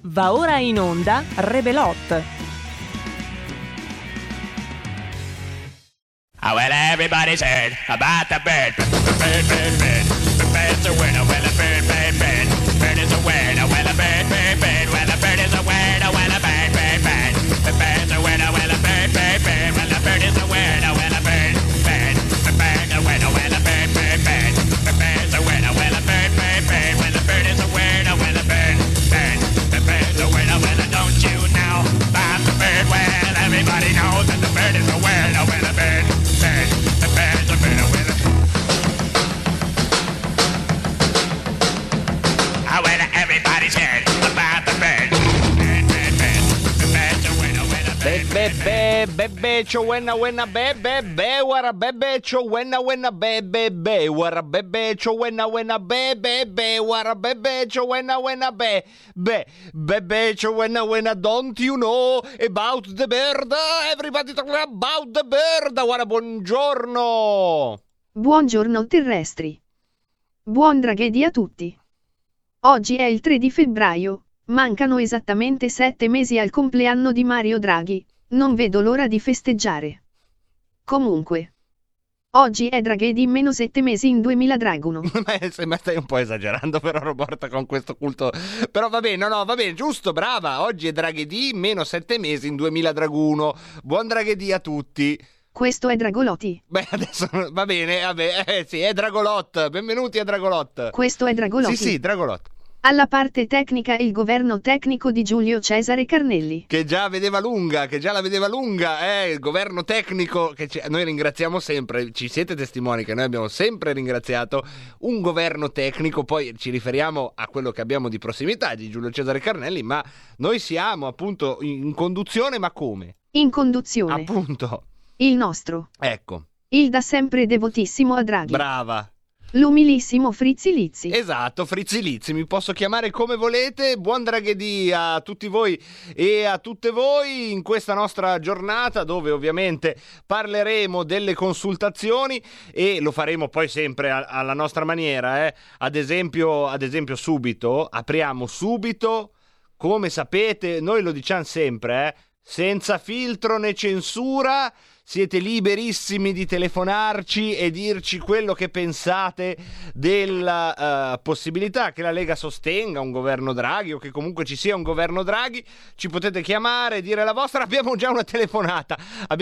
Va ora in onda Rebelot. Oh, well, everybody's heard about the bird. Bird, bird, bird. The bird's a winner. Well, a bird, bird, bird. Bird is a winner. Well, a bird, bird, bird. Well, a bird is a winner. Well, a bird, bird, bird. The bird's a winner. Well, a bird, bird, bird. Well, a bird is a winner. Well, a bird, bird. The bird's a winner. Well, a bird, bird, bird. The bird's a winner. Well, a bird, bird, bird. Well, the bird is a winner. Well, a bird, bird. The bird's a winner. Well, don't you know about the bird? Well, everybody knows that the bird is a winner. Well, a bird. Bebeccio wenna wenna bebe wara bebeccio wenna wenna bebe wara bebeccio wenna wenna bebe wara bebeccio wenna wenna bebeccio wenna wenna. Don't you know about the bird? Everybody talking about the bird. Wara buongiorno. Buongiorno terrestri. Buon draghi a tutti. Oggi è il 3 di febbraio, mancano esattamente 7 mesi al compleanno di Mario Draghi. Non vedo l'ora di festeggiare. Comunque, oggi è Draghi di meno 7 mesi in 2000 Dragono. Ma stai un po' esagerando però, Roberta, con questo culto. Però va bene, no, va bene, giusto, brava. Oggi è Draghi di meno 7 mesi in 2000 Draguno. Buon Draghi a tutti. Questo è Dragolotti. Beh, adesso va bene, vabbè, sì, è Dragolot. Benvenuti a Dragolot. Questo è Dragolotti. Sì, Dragolot. Alla parte tecnica il governo tecnico di Giulio Cesare Carnelli. Che già la vedeva lunga, il governo tecnico che noi ringraziamo sempre, ci siete testimoni che noi abbiamo sempre ringraziato un governo tecnico, poi ci riferiamo a quello che abbiamo di prossimità di Giulio Cesare Carnelli, ma noi siamo appunto in conduzione, ma come? In conduzione. Appunto. Il nostro. Ecco. Il da sempre devotissimo a Draghi. Brava. L'umilissimo Frizzi Lizzi. Esatto, Frizzi Lizzi, mi posso chiamare come volete. Buon Draghi a tutti voi e a tutte voi in questa nostra giornata dove ovviamente parleremo delle consultazioni e lo faremo poi sempre alla nostra maniera, Ad esempio apriamo subito, come sapete, noi lo diciamo sempre, senza filtro né censura. Siete liberissimi di telefonarci e dirci quello che pensate della possibilità che la Lega sostenga un governo Draghi o che comunque ci sia un governo Draghi. Ci potete chiamare, dire la vostra. Abbiamo già una telefonata.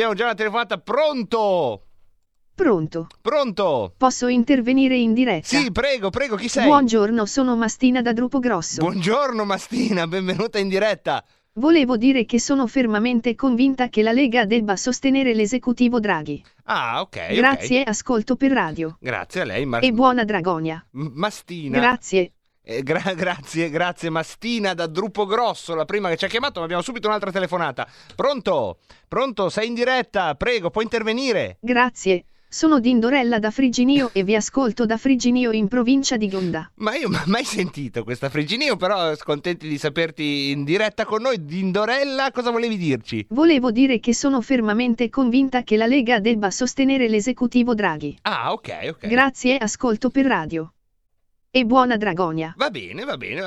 Pronto? Pronto? Posso intervenire in diretta? Sì, prego, chi sei? Buongiorno, sono Mastina da Drupo Grosso. Buongiorno Mastina, benvenuta in diretta. Volevo dire che sono fermamente convinta che la Lega debba sostenere l'esecutivo Draghi. Ah, ok. Grazie, ascolto per radio. Grazie a lei, E buona Dragonia. Mastina. Grazie. Grazie Mastina da Drupo Grosso, la prima che ci ha chiamato, ma abbiamo subito un'altra telefonata. Pronto, sei in diretta, prego, puoi intervenire. Grazie. Sono Dindorella da Friginio e vi ascolto da Friginio in provincia di Gonda. Ma io non ho mai sentito questa Friginio, però contenti di saperti in diretta con noi. Dindorella, cosa volevi dirci? Volevo dire che sono fermamente convinta che la Lega debba sostenere l'esecutivo Draghi. Ah, ok. Grazie, ascolto per radio. E buona Dragonia. Va bene.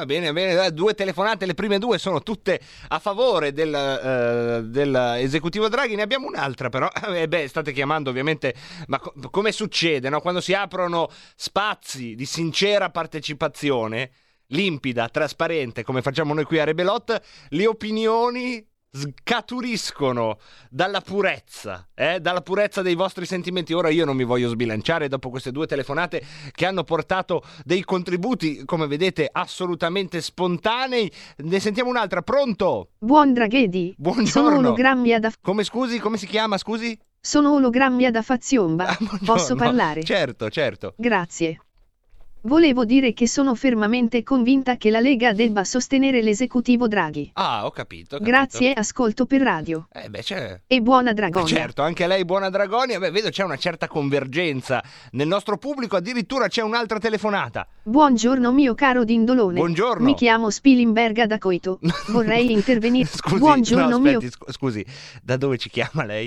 2 telefonate, le prime 2 sono tutte a favore dell'esecutivo Draghi. Ne abbiamo un'altra però. State chiamando ovviamente, ma come succede, no? Quando si aprono spazi di sincera partecipazione, limpida, trasparente, come facciamo noi qui a Rebelot, le opinioni scaturiscono dalla purezza dei vostri sentimenti. Ora io non mi voglio sbilanciare dopo queste 2 telefonate che hanno portato dei contributi, come vedete, assolutamente spontanei. Ne sentiamo un'altra. Pronto? Buon Draghi. Buongiorno. Sono ologrammi ad Come si chiama, scusi? Sono ologrammi ad Affaziomba. Posso parlare? Certo. Grazie. Volevo dire che sono fermamente convinta che la Lega debba sostenere l'esecutivo Draghi. Ah, ho capito. Grazie, ascolto per radio. C'è. E buona Dragonia. Certo, anche a lei buona Dragonia. Vedo c'è una certa convergenza nel nostro pubblico, addirittura c'è un'altra telefonata. Buongiorno mio caro Dindolone. Buongiorno. Mi chiamo Spilimberga da Coito. Vorrei intervenire. Scusi, Buongiorno scusi, da dove ci chiama lei?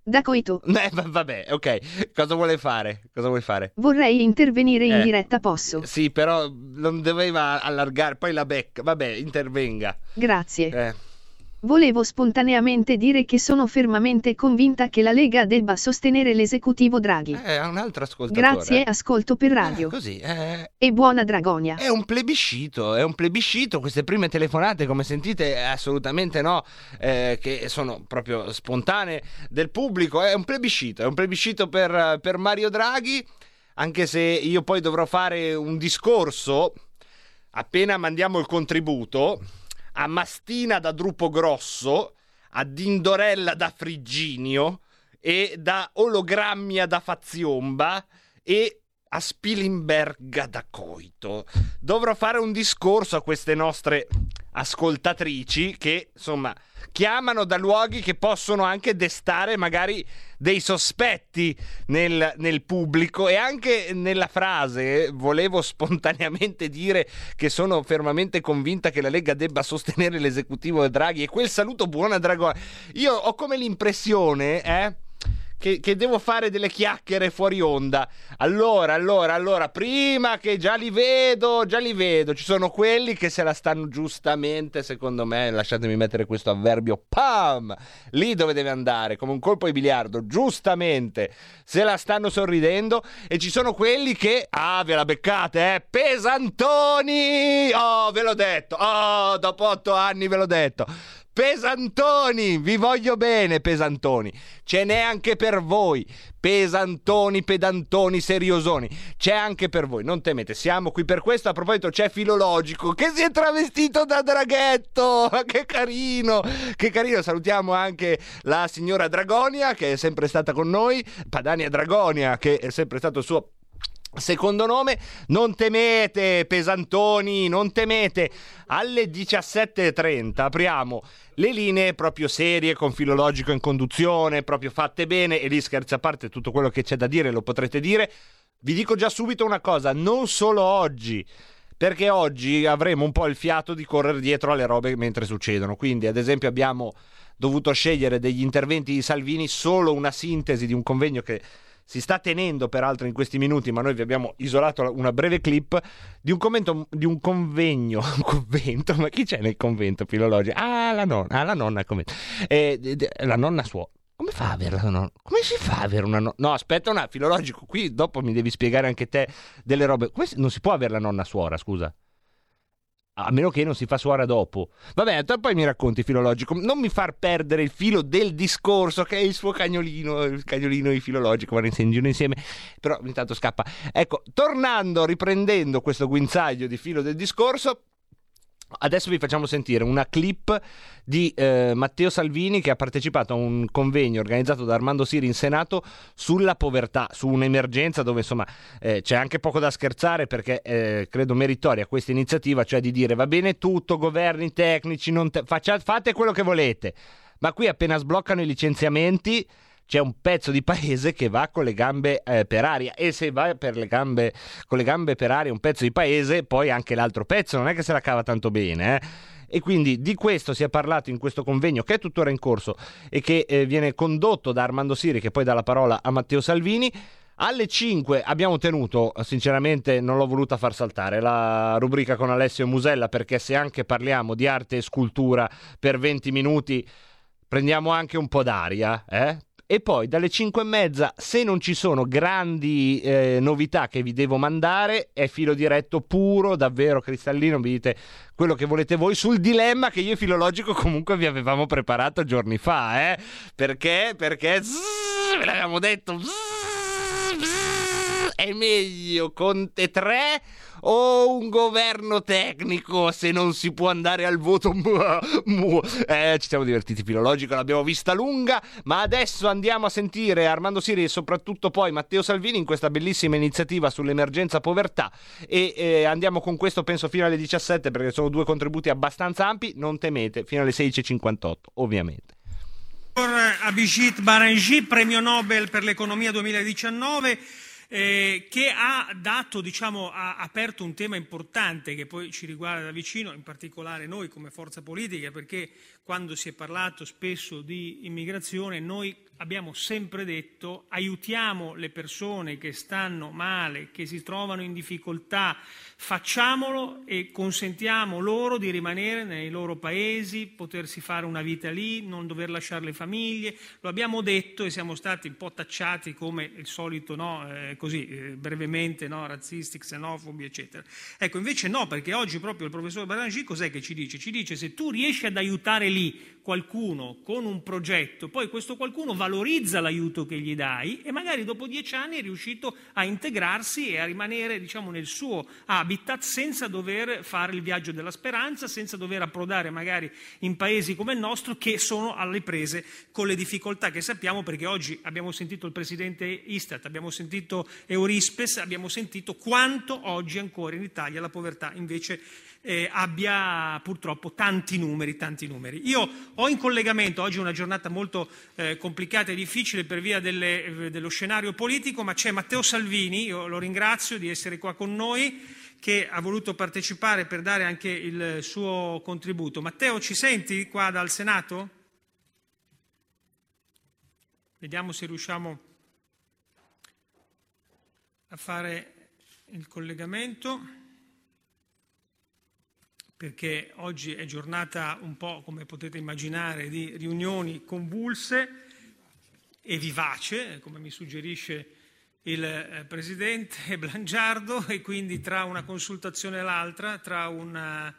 Da coito. Vabbè, ok. Cosa vuole fare? Cosa vuoi fare? Vorrei intervenire in diretta, posso? Sì, però non doveva allargare, poi la becca. Vabbè, intervenga. Grazie. Volevo spontaneamente dire che sono fermamente convinta che la Lega debba sostenere l'esecutivo Draghi. Un altro ascoltatore. Grazie, ascolto per radio. Così. E buona Dragonia. È un plebiscito. Queste prime telefonate, come sentite, assolutamente no, che sono proprio spontanee del pubblico. È un plebiscito per Mario Draghi, anche se io poi dovrò fare un discorso appena mandiamo il contributo a Mastina da Drupo Grosso, a Dindorella da Friginio e da Ologrammia da Faziomba e a Spilimberga da Coito. Dovrò fare un discorso a queste nostre ascoltatrici che, insomma, chiamano da luoghi che possono anche destare magari dei sospetti nel pubblico, e anche nella frase volevo spontaneamente dire che sono fermamente convinta che la Lega debba sostenere l'esecutivo Draghi, e quel saluto buona Dragonia. Io ho come l'impressione, che devo fare delle chiacchiere fuori onda. Allora, prima che già li vedo, ci sono quelli che se la stanno giustamente, secondo me, lasciatemi mettere questo avverbio, pam, lì dove deve andare, come un colpo di biliardo, giustamente, se la stanno sorridendo, e ci sono quelli che, ve la beccate, pesantoni, ve l'ho detto, dopo 8 anni ve l'ho detto. Pesantoni, vi voglio bene, pesantoni, ce n'è anche per voi, pesantoni, pedantoni, seriosoni, c'è anche per voi, non temete, siamo qui per questo. A proposito, c'è Filologico che si è travestito da draghetto, che carino, salutiamo anche la signora Dragonia, che è sempre stata con noi, Padania Dragonia, che è sempre stato il suo secondo nome. Non temete, pesantoni, non temete. Alle 17:30 apriamo le linee proprio serie, con Filologico in conduzione, proprio fatte bene, e lì, scherzi a parte, tutto quello che c'è da dire lo potrete dire. Vi dico già subito una cosa, non solo oggi, perché oggi avremo un po' il fiato di correre dietro alle robe mentre succedono. Quindi, ad esempio, abbiamo dovuto scegliere degli interventi di Salvini, solo una sintesi di un convegno che si sta tenendo peraltro in questi minuti, ma noi vi abbiamo isolato una breve clip di un convegno, ma chi c'è nel convento filologico? La nonna, la nonna suora. Come fa a averla la nonna? Come si fa a avere una nonna? No, aspetta, filologico, qui dopo mi devi spiegare anche te delle robe. Non si può avere la nonna suora, scusa. A meno che non si fa suora dopo. Vabbè, poi mi racconti, Filologico. Non mi far perdere il filo del discorso, che è il suo cagnolino, il cagnolino di Filologico, vanno in giro insieme, però ogni tanto scappa. Ecco, riprendendo questo guinzaglio di filo del discorso, adesso vi facciamo sentire una clip di Matteo Salvini, che ha partecipato a un convegno organizzato da Armando Siri in Senato sulla povertà, su un'emergenza dove, insomma, c'è anche poco da scherzare, perché credo meritoria questa iniziativa, cioè di dire va bene tutto, governi tecnici, fate quello che volete, ma qui appena sbloccano i licenziamenti c'è un pezzo di paese che va con le gambe per aria, e se va con le gambe per aria un pezzo di paese, poi anche l'altro pezzo non è che se la cava tanto bene, E quindi di questo si è parlato in questo convegno, che è tuttora in corso e che viene condotto da Armando Siri, che poi dà la parola a Matteo Salvini. Alle 5 abbiamo tenuto, sinceramente non l'ho voluta far saltare, la rubrica con Alessio Musella, perché se anche parliamo di arte e scultura per 20 minuti prendiamo anche un po' d'aria, E poi dalle 5:30, se non ci sono grandi novità che vi devo mandare, è filo diretto puro, davvero cristallino, vi dite quello che volete voi sul dilemma che io e Filologico comunque vi avevamo preparato giorni fa, Perché ve l'avevamo detto, è meglio Conte 3 o un governo tecnico se non si può andare al voto? Ci siamo divertiti, Filologico, l'abbiamo vista lunga, ma adesso andiamo a sentire Armando Siri e soprattutto poi Matteo Salvini in questa bellissima iniziativa sull'emergenza povertà, e andiamo con questo penso fino alle 17, perché sono 2 contributi abbastanza ampi, non temete, fino alle 16:58 ovviamente. Abhijit Banerjee, premio Nobel per l'economia 2019, che ha dato, ha aperto un tema importante che poi ci riguarda da vicino, in particolare noi come forza politica, perché quando si è parlato spesso di immigrazione noi abbiamo sempre detto: aiutiamo le persone che stanno male, che si trovano in difficoltà, facciamolo e consentiamo loro di rimanere nei loro paesi, potersi fare una vita lì, non dover lasciare le famiglie. Lo abbiamo detto e siamo stati un po' tacciati come il solito, no? Brevemente, no? Razzisti, xenofobi, eccetera. Ecco, invece no, perché oggi proprio il professor Banerjee cos'è che ci dice? Ci dice: se tu riesci ad aiutare lì qualcuno con un progetto, poi questo qualcuno valorizza l'aiuto che gli dai e magari dopo 10 anni è riuscito a integrarsi e a rimanere, diciamo, nel suo habitat senza dover fare il viaggio della speranza, senza dover approdare magari in paesi come il nostro che sono alle prese con le difficoltà che sappiamo, perché oggi abbiamo sentito il presidente Istat, abbiamo sentito Eurispes, abbiamo sentito quanto oggi ancora in Italia la povertà invece abbia purtroppo tanti numeri. Io ho in collegamento, oggi è una giornata molto complicata e difficile per via dello scenario politico, ma c'è Matteo Salvini, io lo ringrazio di essere qua con noi, che ha voluto partecipare per dare anche il suo contributo. Matteo, ci senti qua dal Senato? Vediamo se riusciamo a fare il collegamento, perché oggi è giornata un po', come potete immaginare, di riunioni convulse e vivace, come mi suggerisce il presidente Blangiardo, e quindi tra una consultazione e l'altra, tra un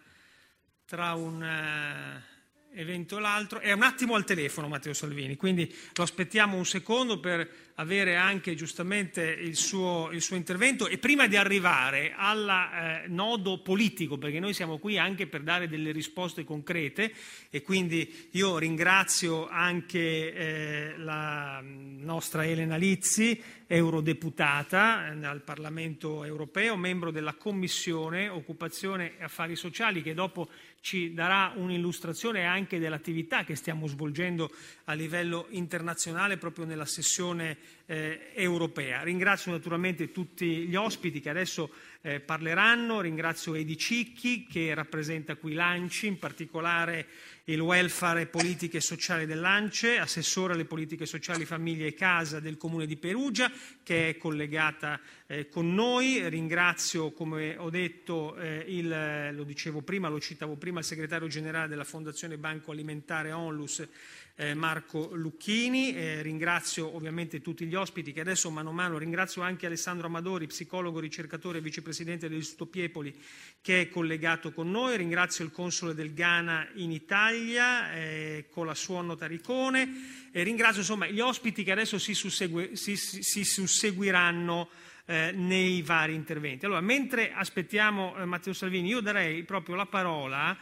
evento e l'altro, è un attimo al telefono Matteo Salvini, quindi lo aspettiamo un secondo per avere anche giustamente il suo intervento, e prima di arrivare al nodo politico, perché noi siamo qui anche per dare delle risposte concrete, e quindi io ringrazio anche la nostra Elena Lizzi, eurodeputata al Parlamento europeo, membro della Commissione Occupazione e Affari Sociali, che dopo ci darà un'illustrazione anche dell'attività che stiamo svolgendo a livello internazionale proprio nella sessione europea. Ringrazio naturalmente tutti gli ospiti che adesso parleranno, ringrazio Edi Cicchi che rappresenta qui l'ANCI, in particolare il welfare e politiche sociali dell'ANCE, assessore alle politiche sociali, famiglia e casa del Comune di Perugia, che è collegata con noi. Ringrazio, come ho detto, lo dicevo prima, lo citavo prima, il segretario generale della Fondazione Banco Alimentare Onlus, Marco Lucchini. Ringrazio ovviamente tutti gli ospiti che adesso mano a mano, ringrazio anche Alessandro Amadori, psicologo, ricercatore e vicepresidente dell'Istituto Piepoli, che è collegato con noi. Ringrazio il console del Ghana in Italia, Colasuono Taricone, e ringrazio insomma gli ospiti che adesso si susseguiranno nei vari interventi. Allora, mentre aspettiamo Matteo Salvini, io darei proprio la parola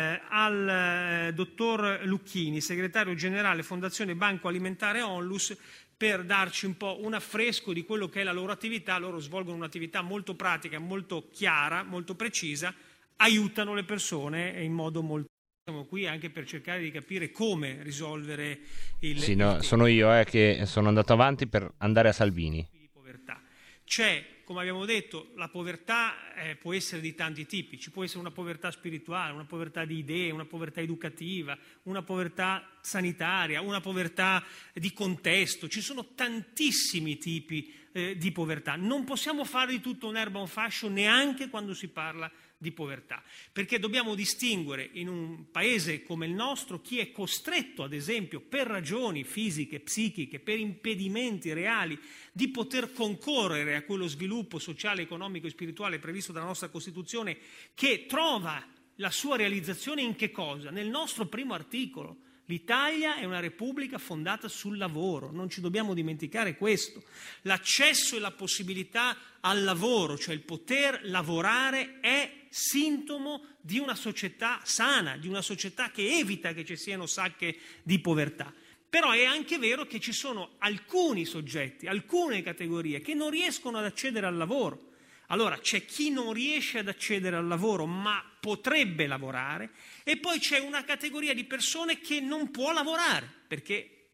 al dottor Lucchini, segretario generale Fondazione Banco Alimentare Onlus, per darci un po' un affresco di quello che è la loro attività. Loro svolgono un'attività molto pratica, molto chiara, molto precisa, aiutano le persone in modo molto... Siamo qui anche per cercare di capire come risolvere il tema. Sono io che sono andato avanti per andare a Salvini. Di povertà. C'è, come abbiamo detto, la povertà può essere di tanti tipi. Ci può essere una povertà spirituale, una povertà di idee, una povertà educativa, una povertà sanitaria, una povertà di contesto. Ci sono tantissimi tipi di povertà. Non possiamo fare di tutto un'erba un fascio neanche quando si parla di povertà, perché dobbiamo distinguere in un paese come il nostro chi è costretto, ad esempio, per ragioni fisiche, psichiche, per impedimenti reali, di poter concorrere a quello sviluppo sociale, economico e spirituale previsto dalla nostra Costituzione, che trova la sua realizzazione in che cosa? Nel nostro primo articolo. L'Italia è una repubblica fondata sul lavoro, non ci dobbiamo dimenticare questo. L'accesso e la possibilità al lavoro, cioè il poter lavorare, è sintomo di una società sana, di una società che evita che ci siano sacche di povertà. Però è anche vero che ci sono alcuni soggetti, alcune categorie che non riescono ad accedere al lavoro. Allora c'è chi non riesce ad accedere al lavoro ma potrebbe lavorare, e poi c'è una categoria di persone che non può lavorare perché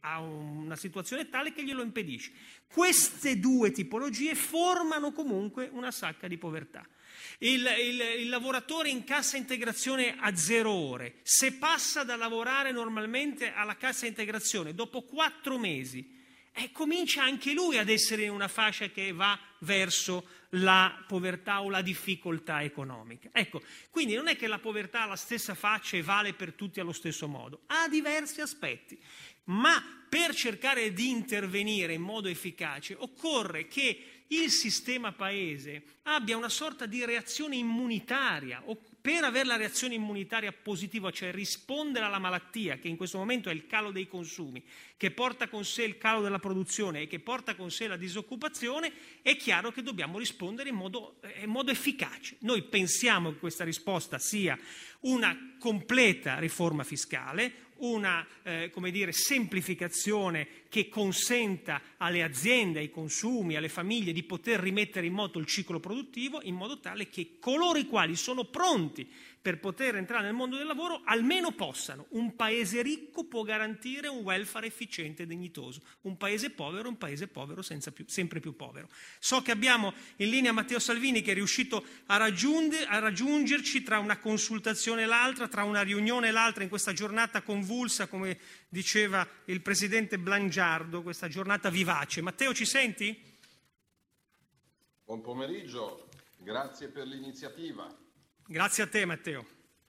ha una situazione tale che glielo impedisce. Queste due tipologie formano comunque una sacca di povertà. Il lavoratore in cassa integrazione a 0 ore, se passa da lavorare normalmente alla cassa integrazione, dopo 4 mesi, comincia anche lui ad essere in una fascia che va verso la povertà o la difficoltà economica. Ecco, quindi non è che la povertà ha la stessa faccia e vale per tutti allo stesso modo, ha diversi aspetti. Ma per cercare di intervenire in modo efficace occorre che il sistema paese abbia una sorta di reazione immunitaria. Per avere la reazione immunitaria positiva, cioè rispondere alla malattia, che in questo momento è il calo dei consumi, che porta con sé il calo della produzione e che porta con sé la disoccupazione, è chiaro che dobbiamo rispondere in modo efficace. Noi pensiamo che questa risposta sia una completa riforma fiscale, una semplificazione che consenta alle aziende, ai consumi, alle famiglie di poter rimettere in moto il ciclo produttivo in modo tale che coloro i quali sono pronti per poter entrare nel mondo del lavoro almeno possano. Un paese ricco può garantire un welfare efficiente e dignitoso. Un paese povero sempre più povero. So che abbiamo in linea Matteo Salvini, che è riuscito a raggiungerci tra una consultazione e l'altra, tra una riunione e l'altra, in questa giornata convulsa, come diceva il presidente Blangiardo, questa giornata vivace. Matteo, ci senti? Buon pomeriggio, grazie per l'iniziativa. Grazie a te, Matteo.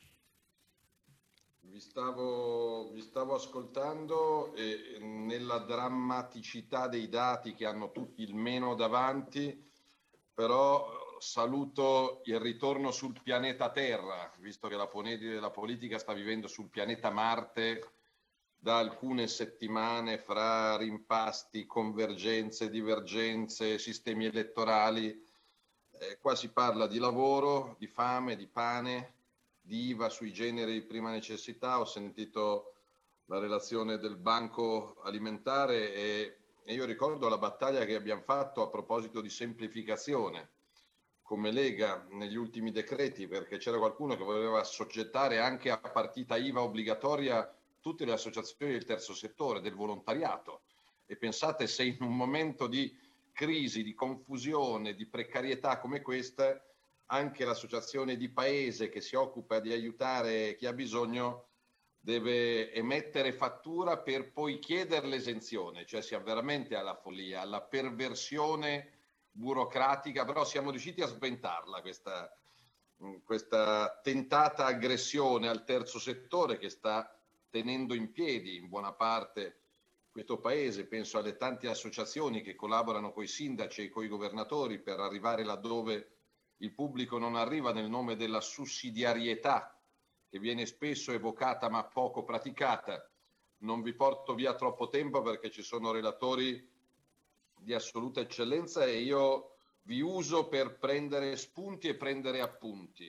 Vi stavo ascoltando e nella drammaticità dei dati, che hanno tutti il meno davanti, però saluto il ritorno sul pianeta Terra, visto che la politica sta vivendo sul pianeta Marte da alcune settimane, fra rimpasti, convergenze, divergenze, sistemi elettorali. Qua si parla di lavoro, di fame, di pane, di IVA sui generi di prima necessità. Ho sentito la relazione del Banco Alimentare e io ricordo la battaglia che abbiamo fatto a proposito di semplificazione come Lega negli ultimi decreti, perché c'era qualcuno che voleva assoggettare anche a partita IVA obbligatoria tutte le associazioni del terzo settore, del volontariato. E pensate, se in un momento di crisi, di confusione, di precarietà come questa, anche l'associazione di paese che si occupa di aiutare chi ha bisogno deve emettere fattura per poi chiedere l'esenzione, cioè siamo veramente alla follia, alla perversione burocratica, però siamo riusciti a sventarla questa tentata aggressione al terzo settore che sta tenendo in piedi in buona parte questo paese. Penso alle tante associazioni che collaborano con i sindaci e con i governatori per arrivare laddove il pubblico non arriva, nel nome della sussidiarietà che viene spesso evocata ma poco praticata. Non vi porto via troppo tempo perché ci sono relatori di assoluta eccellenza e io vi uso per prendere spunti e prendere appunti.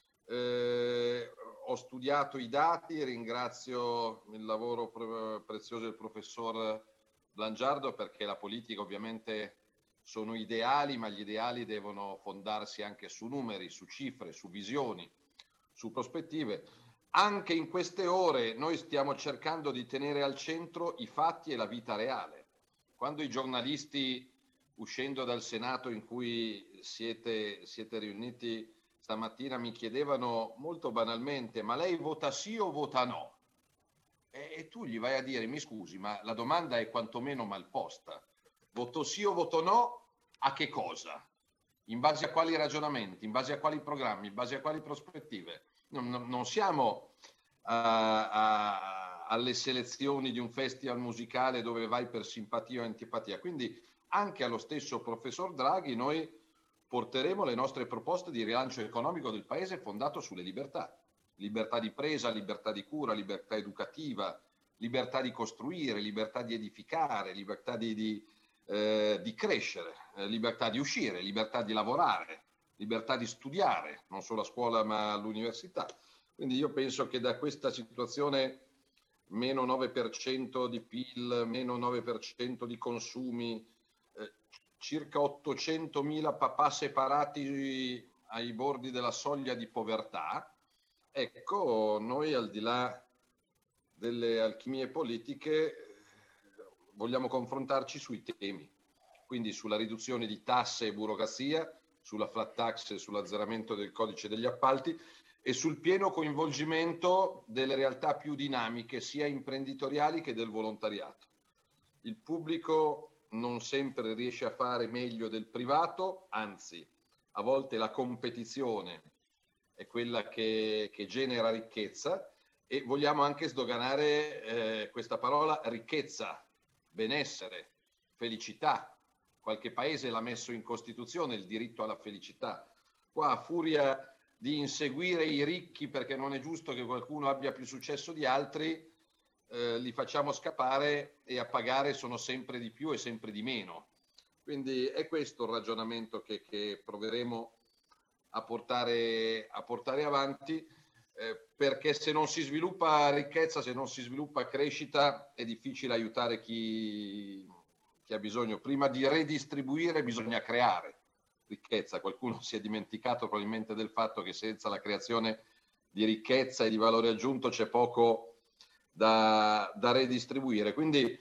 Ho studiato i dati, ringrazio il lavoro prezioso del professor Blangiardo, perché la politica ovviamente sono ideali, ma gli ideali devono fondarsi anche su numeri, su cifre, su visioni, su prospettive. Anche in queste ore noi stiamo cercando di tenere al centro i fatti e la vita reale. Quando i giornalisti, uscendo dal Senato in cui siete riuniti stamattina, mi chiedevano molto banalmente: ma lei vota sì o vota no? E tu gli vai a dire: mi scusi, ma la domanda è quantomeno mal posta. Voto sì o voto no? A che cosa? In base a quali ragionamenti? In base a quali programmi? In base a quali prospettive? Non siamo alle selezioni di un festival musicale dove vai per simpatia o antipatia. Quindi anche allo stesso professor Draghi noi porteremo le nostre proposte di rilancio economico del Paese fondato sulle libertà. Libertà di presa, libertà di cura, libertà educativa, libertà di costruire, libertà di edificare, libertà di crescere, libertà di uscire, libertà di lavorare, libertà di studiare, non solo a scuola ma all'università. Quindi io penso che da questa situazione meno 9% di PIL, meno 9% di consumi, circa 800.000 papà separati ai bordi della soglia di povertà, ecco, noi al di là delle alchimie politiche vogliamo confrontarci sui temi, quindi sulla riduzione di tasse e burocrazia, sulla flat tax e sull'azzeramento del codice degli appalti e sul pieno coinvolgimento delle realtà più dinamiche, sia imprenditoriali che del volontariato. Il pubblico non sempre riesce a fare meglio del privato, anzi, a volte la competizione è quella che genera ricchezza, e vogliamo anche sdoganare questa parola ricchezza, benessere, felicità. Qualche paese l'ha messo in Costituzione il diritto alla felicità. Qua, a furia di inseguire i ricchi perché non è giusto che qualcuno abbia più successo di altri, li facciamo scappare e a pagare sono sempre di più e sempre di meno. Quindi è questo il ragionamento che proveremo a portare avanti, perché se non si sviluppa ricchezza, se non si sviluppa crescita, è difficile aiutare chi ha bisogno. Prima di redistribuire bisogna creare ricchezza. Qualcuno si è dimenticato probabilmente del fatto che senza la creazione di ricchezza e di valore aggiunto c'è poco da redistribuire. Quindi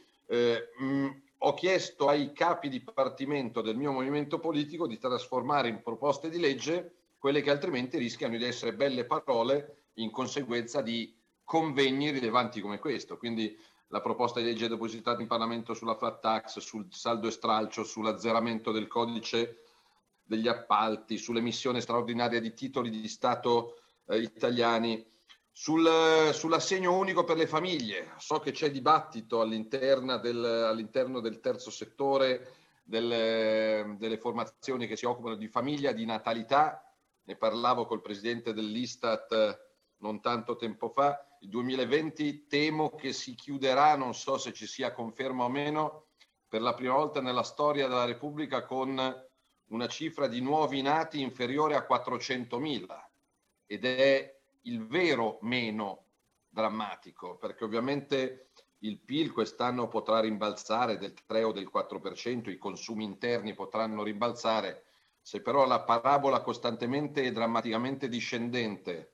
ho chiesto ai capi di dipartimento del mio movimento politico di trasformare in proposte di legge quelle che altrimenti rischiano di essere belle parole in conseguenza di convegni rilevanti come questo. Quindi la proposta di legge depositata in Parlamento sulla flat tax, sul saldo e stralcio, sull'azzeramento del codice degli appalti, sull'emissione straordinaria di titoli di Stato italiani, sull'assegno unico per le famiglie. So che c'è dibattito all'interno del terzo settore, delle formazioni che si occupano di famiglia, di natalità. Ne parlavo col presidente dell'Istat non tanto tempo fa. Il 2020 temo che si chiuderà, non so se ci sia conferma o meno, per la prima volta nella storia della Repubblica con una cifra di nuovi nati inferiore a 400.000, ed è il vero meno drammatico, perché ovviamente il PIL quest'anno potrà rimbalzare del 3 o del 4%, i consumi interni potranno rimbalzare. Se però la parabola costantemente e drammaticamente discendente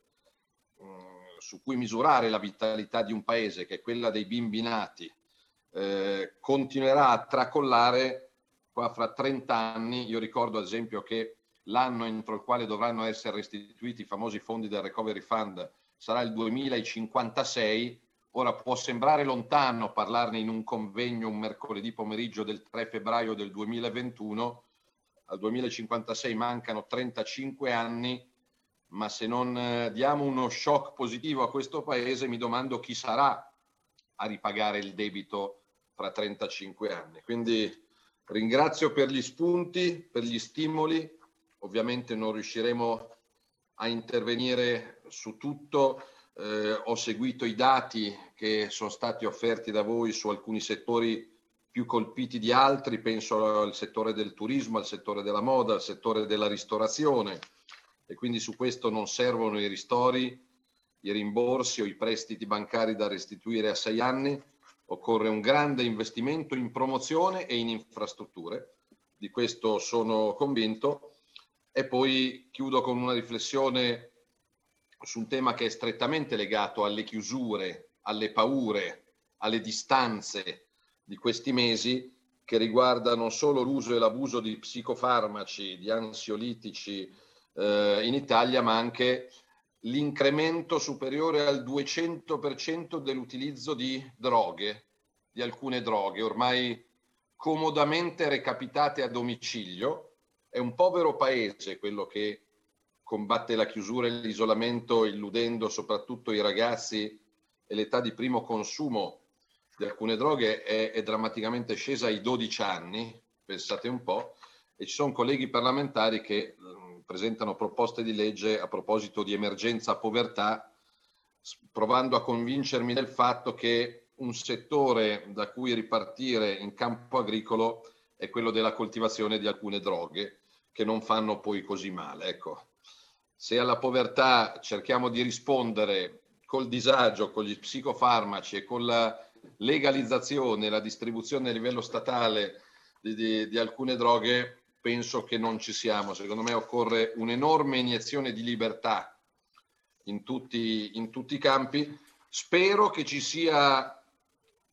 su cui misurare la vitalità di un paese, che è quella dei bimbi nati, continuerà a tracollare, qua fra 30 anni, io ricordo ad esempio che l'anno entro il quale dovranno essere restituiti i famosi fondi del Recovery Fund sarà il 2056. Ora può sembrare lontano parlarne in un convegno un mercoledì pomeriggio del 3 febbraio del 2021, al 2056 mancano 35 anni, ma se non diamo uno shock positivo a questo paese mi domando chi sarà a ripagare il debito fra 35 anni. Quindi ringrazio per gli spunti, per gli stimoli. Ovviamente non riusciremo a intervenire su tutto. Ho seguito i dati che sono stati offerti da voi su alcuni settori più colpiti di altri, penso al settore del turismo, al settore della moda, al settore della ristorazione, e quindi su questo non servono i ristori, i rimborsi o i prestiti bancari da restituire a 6 anni. Occorre un grande investimento in promozione e in infrastrutture, di questo sono convinto. E poi chiudo con una riflessione su un tema che è strettamente legato alle chiusure, alle paure, alle distanze di questi mesi, che riguarda non solo l'uso e l'abuso di psicofarmaci, di ansiolitici in Italia, ma anche l'incremento superiore al 200% dell'utilizzo di droghe, di alcune droghe, ormai comodamente recapitate a domicilio. È un povero paese quello che combatte la chiusura e l'isolamento, illudendo soprattutto i ragazzi, e l'età di primo consumo di alcune droghe è drammaticamente scesa ai 12 anni, pensate un po', e ci sono colleghi parlamentari che presentano proposte di legge a proposito di emergenza povertà, provando a convincermi del fatto che un settore da cui ripartire in campo agricolo è quello della coltivazione di alcune droghe che non fanno poi così male. Ecco, se alla povertà cerchiamo di rispondere col disagio, con gli psicofarmaci e con la legalizzazione e la distribuzione a livello statale di alcune droghe, penso che non ci siamo. Secondo me occorre un'enorme iniezione di libertà in tutti i campi. Spero che ci sia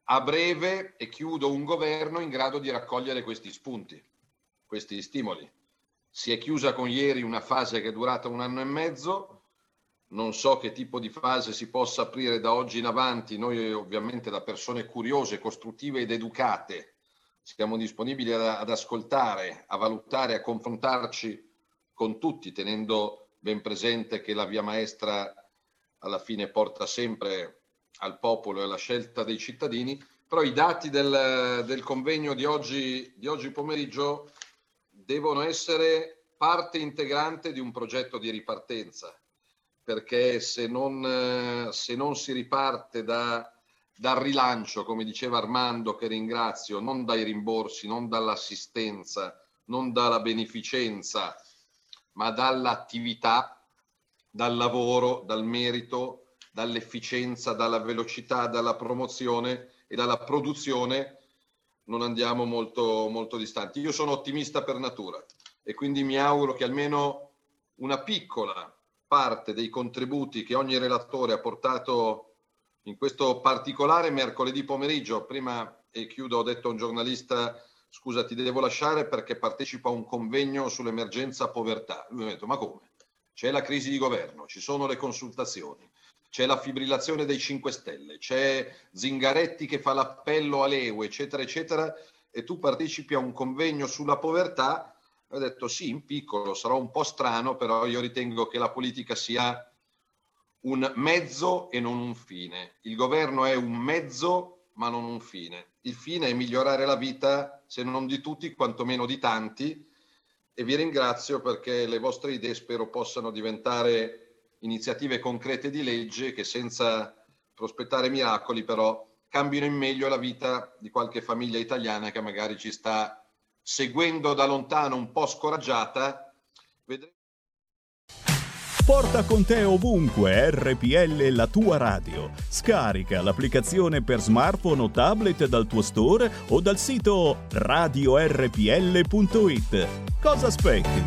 a breve, e chiudo, un governo in grado di raccogliere questi spunti, questi stimoli. Si è chiusa con ieri una fase che è durata 1 anno e mezzo, non so che tipo di fase si possa aprire da oggi in avanti. Noi ovviamente, da persone curiose, costruttive ed educate, siamo disponibili ad ascoltare, a valutare, a confrontarci con tutti, tenendo ben presente che la via maestra alla fine porta sempre al popolo e alla scelta dei cittadini. Però i dati del convegno di oggi pomeriggio devono essere parte integrante di un progetto di ripartenza, perché se non si riparte dal rilancio, come diceva Armando, che ringrazio, non dai rimborsi, non dall'assistenza, non dalla beneficenza, ma dall'attività, dal lavoro, dal merito, dall'efficienza, dalla velocità, dalla promozione e dalla produzione, non andiamo molto, molto distanti. Io sono ottimista per natura e quindi mi auguro che almeno una piccola parte dei contributi che ogni relatore ha portato in questo particolare mercoledì pomeriggio. Prima, e chiudo, ho detto a un giornalista: scusa, ti devo lasciare perché partecipo a un convegno sull'emergenza povertà. Lui mi ha detto: ma come? C'è la crisi di governo, ci sono le consultazioni, c'è la fibrillazione dei 5 Stelle, c'è Zingaretti che fa l'appello a Leu, eccetera, eccetera, e tu partecipi a un convegno sulla povertà. Ho detto: sì, in piccolo, sarà un po' strano, però io ritengo che la politica sia un mezzo e non un fine. Il governo è un mezzo, ma non un fine. Il fine è migliorare la vita, se non di tutti, quantomeno di tanti, e vi ringrazio perché le vostre idee spero possano diventare iniziative concrete di legge che, senza prospettare miracoli, però cambino in meglio la vita di qualche famiglia italiana che magari ci sta seguendo da lontano, un po' scoraggiata. Porta con te ovunque RPL, la tua radio. Scarica l'applicazione per smartphone o tablet dal tuo store o dal sito radiorpl.it. Cosa aspetti?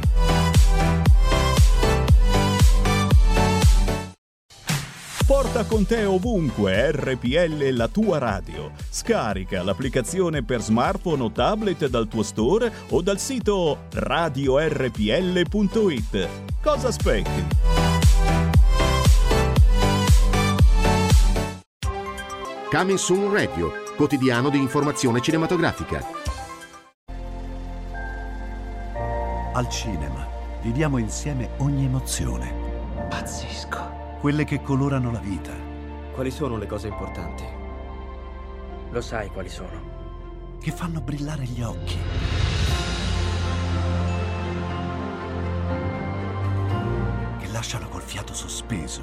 Porta con te ovunque RPL, la tua radio. Scarica l'applicazione per smartphone o tablet dal tuo store o dal sito radiorpl.it. Cosa aspetti? Coming Soon Radio, quotidiano di informazione cinematografica. Al cinema viviamo insieme ogni emozione. Pazzesco. Quelle che colorano la vita. Quali sono le cose importanti? Lo sai quali sono? Che fanno brillare gli occhi. Che lasciano col fiato sospeso.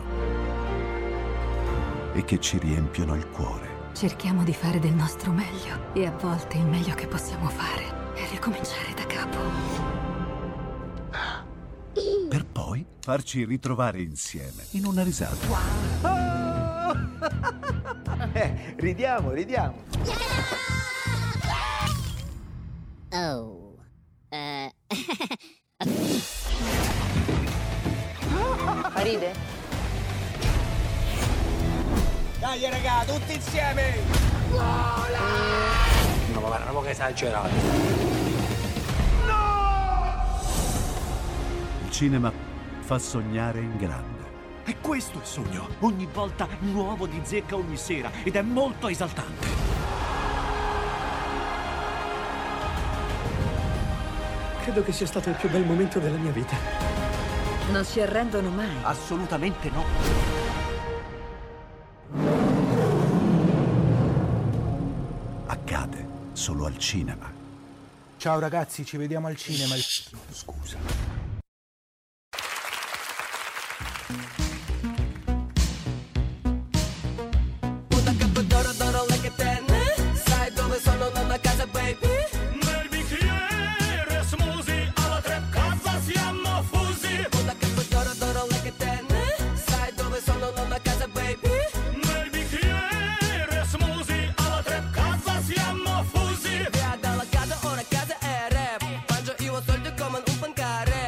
E che ci riempiono il cuore. Cerchiamo di fare del nostro meglio e a volte il meglio che possiamo fare è ricominciare da capo. Per poi farci ritrovare insieme in una risata. Ridiamo. Oh. Ride? Dai raga, tutti insieme! Vola! No, ma guarda, che esagerato. Il cinema fa sognare in grande. E questo è il sogno. Ogni volta nuovo di zecca ogni sera ed è molto esaltante. Credo che sia stato il più bel momento della mia vita. Non si arrendono mai. Assolutamente no. Accade solo al cinema. Ciao ragazzi, ci vediamo al cinema. Scusa. Sai dove sono, non a casa baby. Nel bicchiere smusi, alla tre casa siamo fusi. Una capodoro d'oro like a ten. Sai dove sono, non a casa baby. Nel bicchiere smusi, alla tre casa siamo fusi. Via dalla casa, ora casa è rap. Mangio io soldi come un pancare.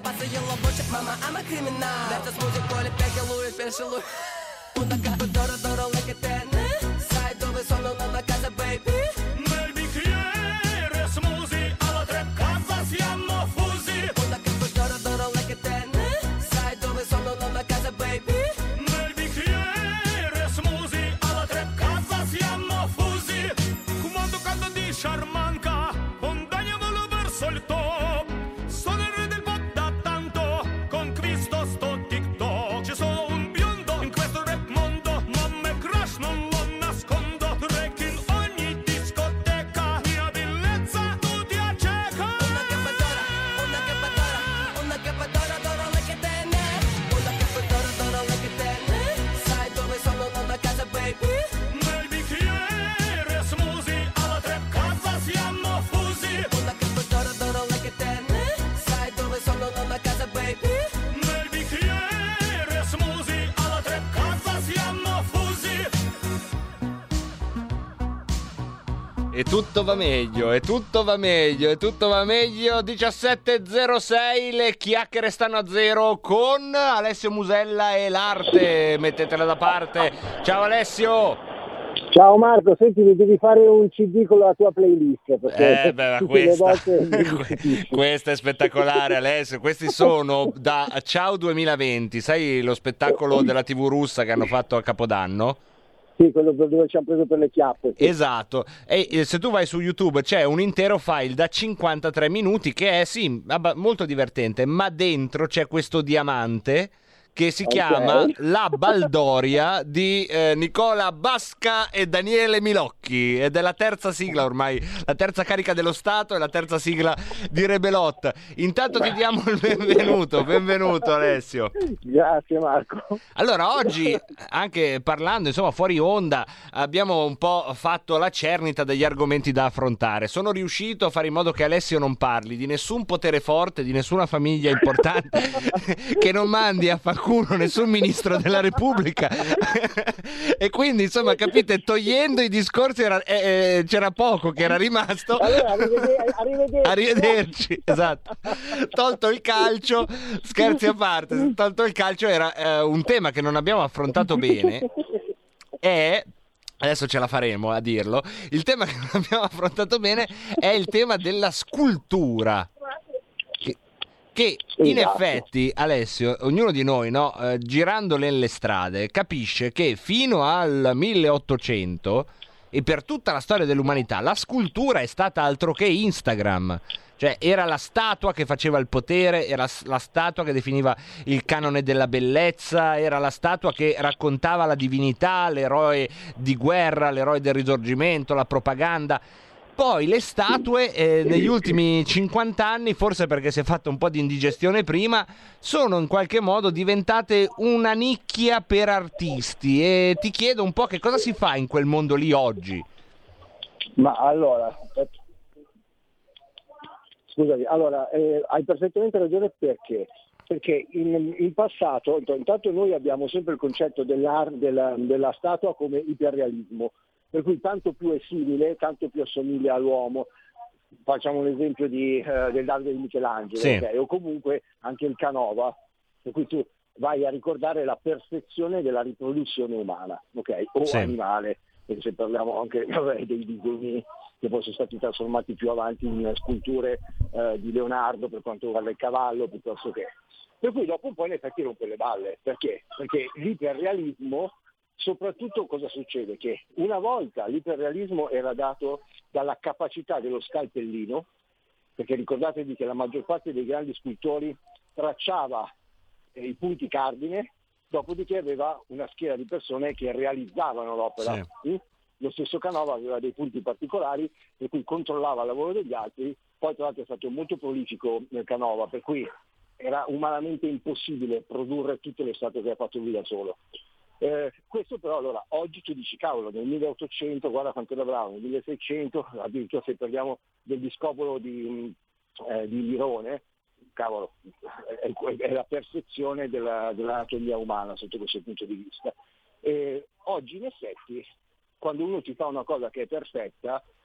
bassa io la voce, mamma I'm a criminal. Detta smoothie poi le pecche lui pensa lui. Una capa d'oro d'oro like te. Sai dove sono nella casa baby? Nel bicchiere smoothie alla tre casa siamo fusi. Una capa d'oro d'oro like te. Sai dove sono nella casa baby? Nel bicchiere smoothie alla tre casa siamo fusi. Comando canto di Sciarmanca, condagliamolo verso il top. Sono il re del pop da tanto, conquisto sto TikTok. C'è solo un biondo in questo rap mondo, ma me crush non lo nascondo. Drake in ogni discoteca, mia bellezza tutti acceca. Una cappa d'oro, d'oro like te. Una cappa d'oro like te. Sai dove sono nella casa baby? Nel bicchiere smoothie alla tre casa siamo fusi. Una cappa d'oro like te. Sai dove sono nella casa baby? Nel bicchiere smoothie alla tre casa siamo fusi. E tutto va meglio, e tutto va meglio, e tutto va meglio. 17.06, le chiacchiere stanno a zero con Alessio Musella e l'arte. Mettetela da parte. Ciao Alessio. Ciao Marco, senti, mi devi fare un CD con la tua playlist. Perché Ma tutte le volte questa è spettacolare Alessio. Questi sono da Ciao 2020, sai lo spettacolo della TV russa che hanno fatto a Capodanno? Sì, quello dove ci hanno preso per le chiappe. Sì. Esatto, e se tu vai su YouTube c'è un intero file da 53 minuti che è sì, molto divertente, ma dentro c'è questo diamante che si chiama La Baldoria di Nicola Basca e Daniele Milocchi, ed è la terza sigla ormai, la terza carica dello Stato e la terza sigla di Rebelot. Intanto ti diamo il benvenuto Alessio. Grazie Marco. Allora oggi, anche parlando insomma fuori onda, abbiamo un po' fatto la cernita degli argomenti da affrontare. Sono riuscito a fare in modo che Alessio non parli di nessun potere forte, di nessuna famiglia importante, che non mandi a qualcuno, nessun ministro della Repubblica. E quindi insomma capite, togliendo i discorsi c'era poco che era rimasto. Allora, arrivederci. Esatto. Tolto il calcio, scherzi a parte, tolto il calcio, era un tema che non abbiamo affrontato bene, e adesso ce la faremo a dirlo. Il tema che non abbiamo affrontato bene è il tema della scultura. Che in effetti, Alessio, ognuno di noi, no, girando nelle strade, capisce che fino al 1800 e per tutta la storia dell'umanità la scultura è stata altro che Instagram. Cioè era la statua che faceva il potere, era la statua che definiva il canone della bellezza, era la statua che raccontava la divinità, l'eroe di guerra, l'eroe del risorgimento, la propaganda. Poi le statue negli ultimi 50 anni, forse perché si è fatto un po' di indigestione prima, sono in qualche modo diventate una nicchia per artisti, e ti chiedo un po' che cosa si fa in quel mondo lì oggi. Ma allora, scusami, allora hai perfettamente ragione, perché in passato, intanto noi abbiamo sempre il concetto della statua come iperrealismo, per cui tanto più è simile, tanto più assomiglia all'uomo. Facciamo un esempio del Davide di Michelangelo, sì. Okay? O comunque anche il Canova, per cui tu vai a ricordare la perfezione della riproduzione umana, okay? O sì. animale, perché se parliamo anche dei disegni che poi sono stati trasformati più avanti in sculture di Leonardo per quanto riguarda il cavallo, piuttosto che. Per cui dopo un po' in effetti rompe le balle. Perché? Perché l'iperrealismo, soprattutto cosa succede? Che una volta l'iperrealismo era dato dalla capacità dello scalpellino, perché ricordatevi che la maggior parte dei grandi scultori tracciava i punti cardine, dopodiché aveva una schiera di persone che realizzavano l'opera. Sì. Lo stesso Canova aveva dei punti particolari, per cui controllava il lavoro degli altri. Poi tra l'altro è stato molto prolifico nel Canova, per cui era umanamente impossibile produrre tutte le statue che ha fatto lui da solo. Questo però, allora, oggi tu dici, cavolo, nel 1800, guarda quanto era bravo, nel 1600, addirittura se parliamo del discopolo di Lirone, cavolo, è la perfezione dell'anatomia umana sotto questo punto di vista. Oggi in effetti, quando uno ti fa una cosa che è perfetta,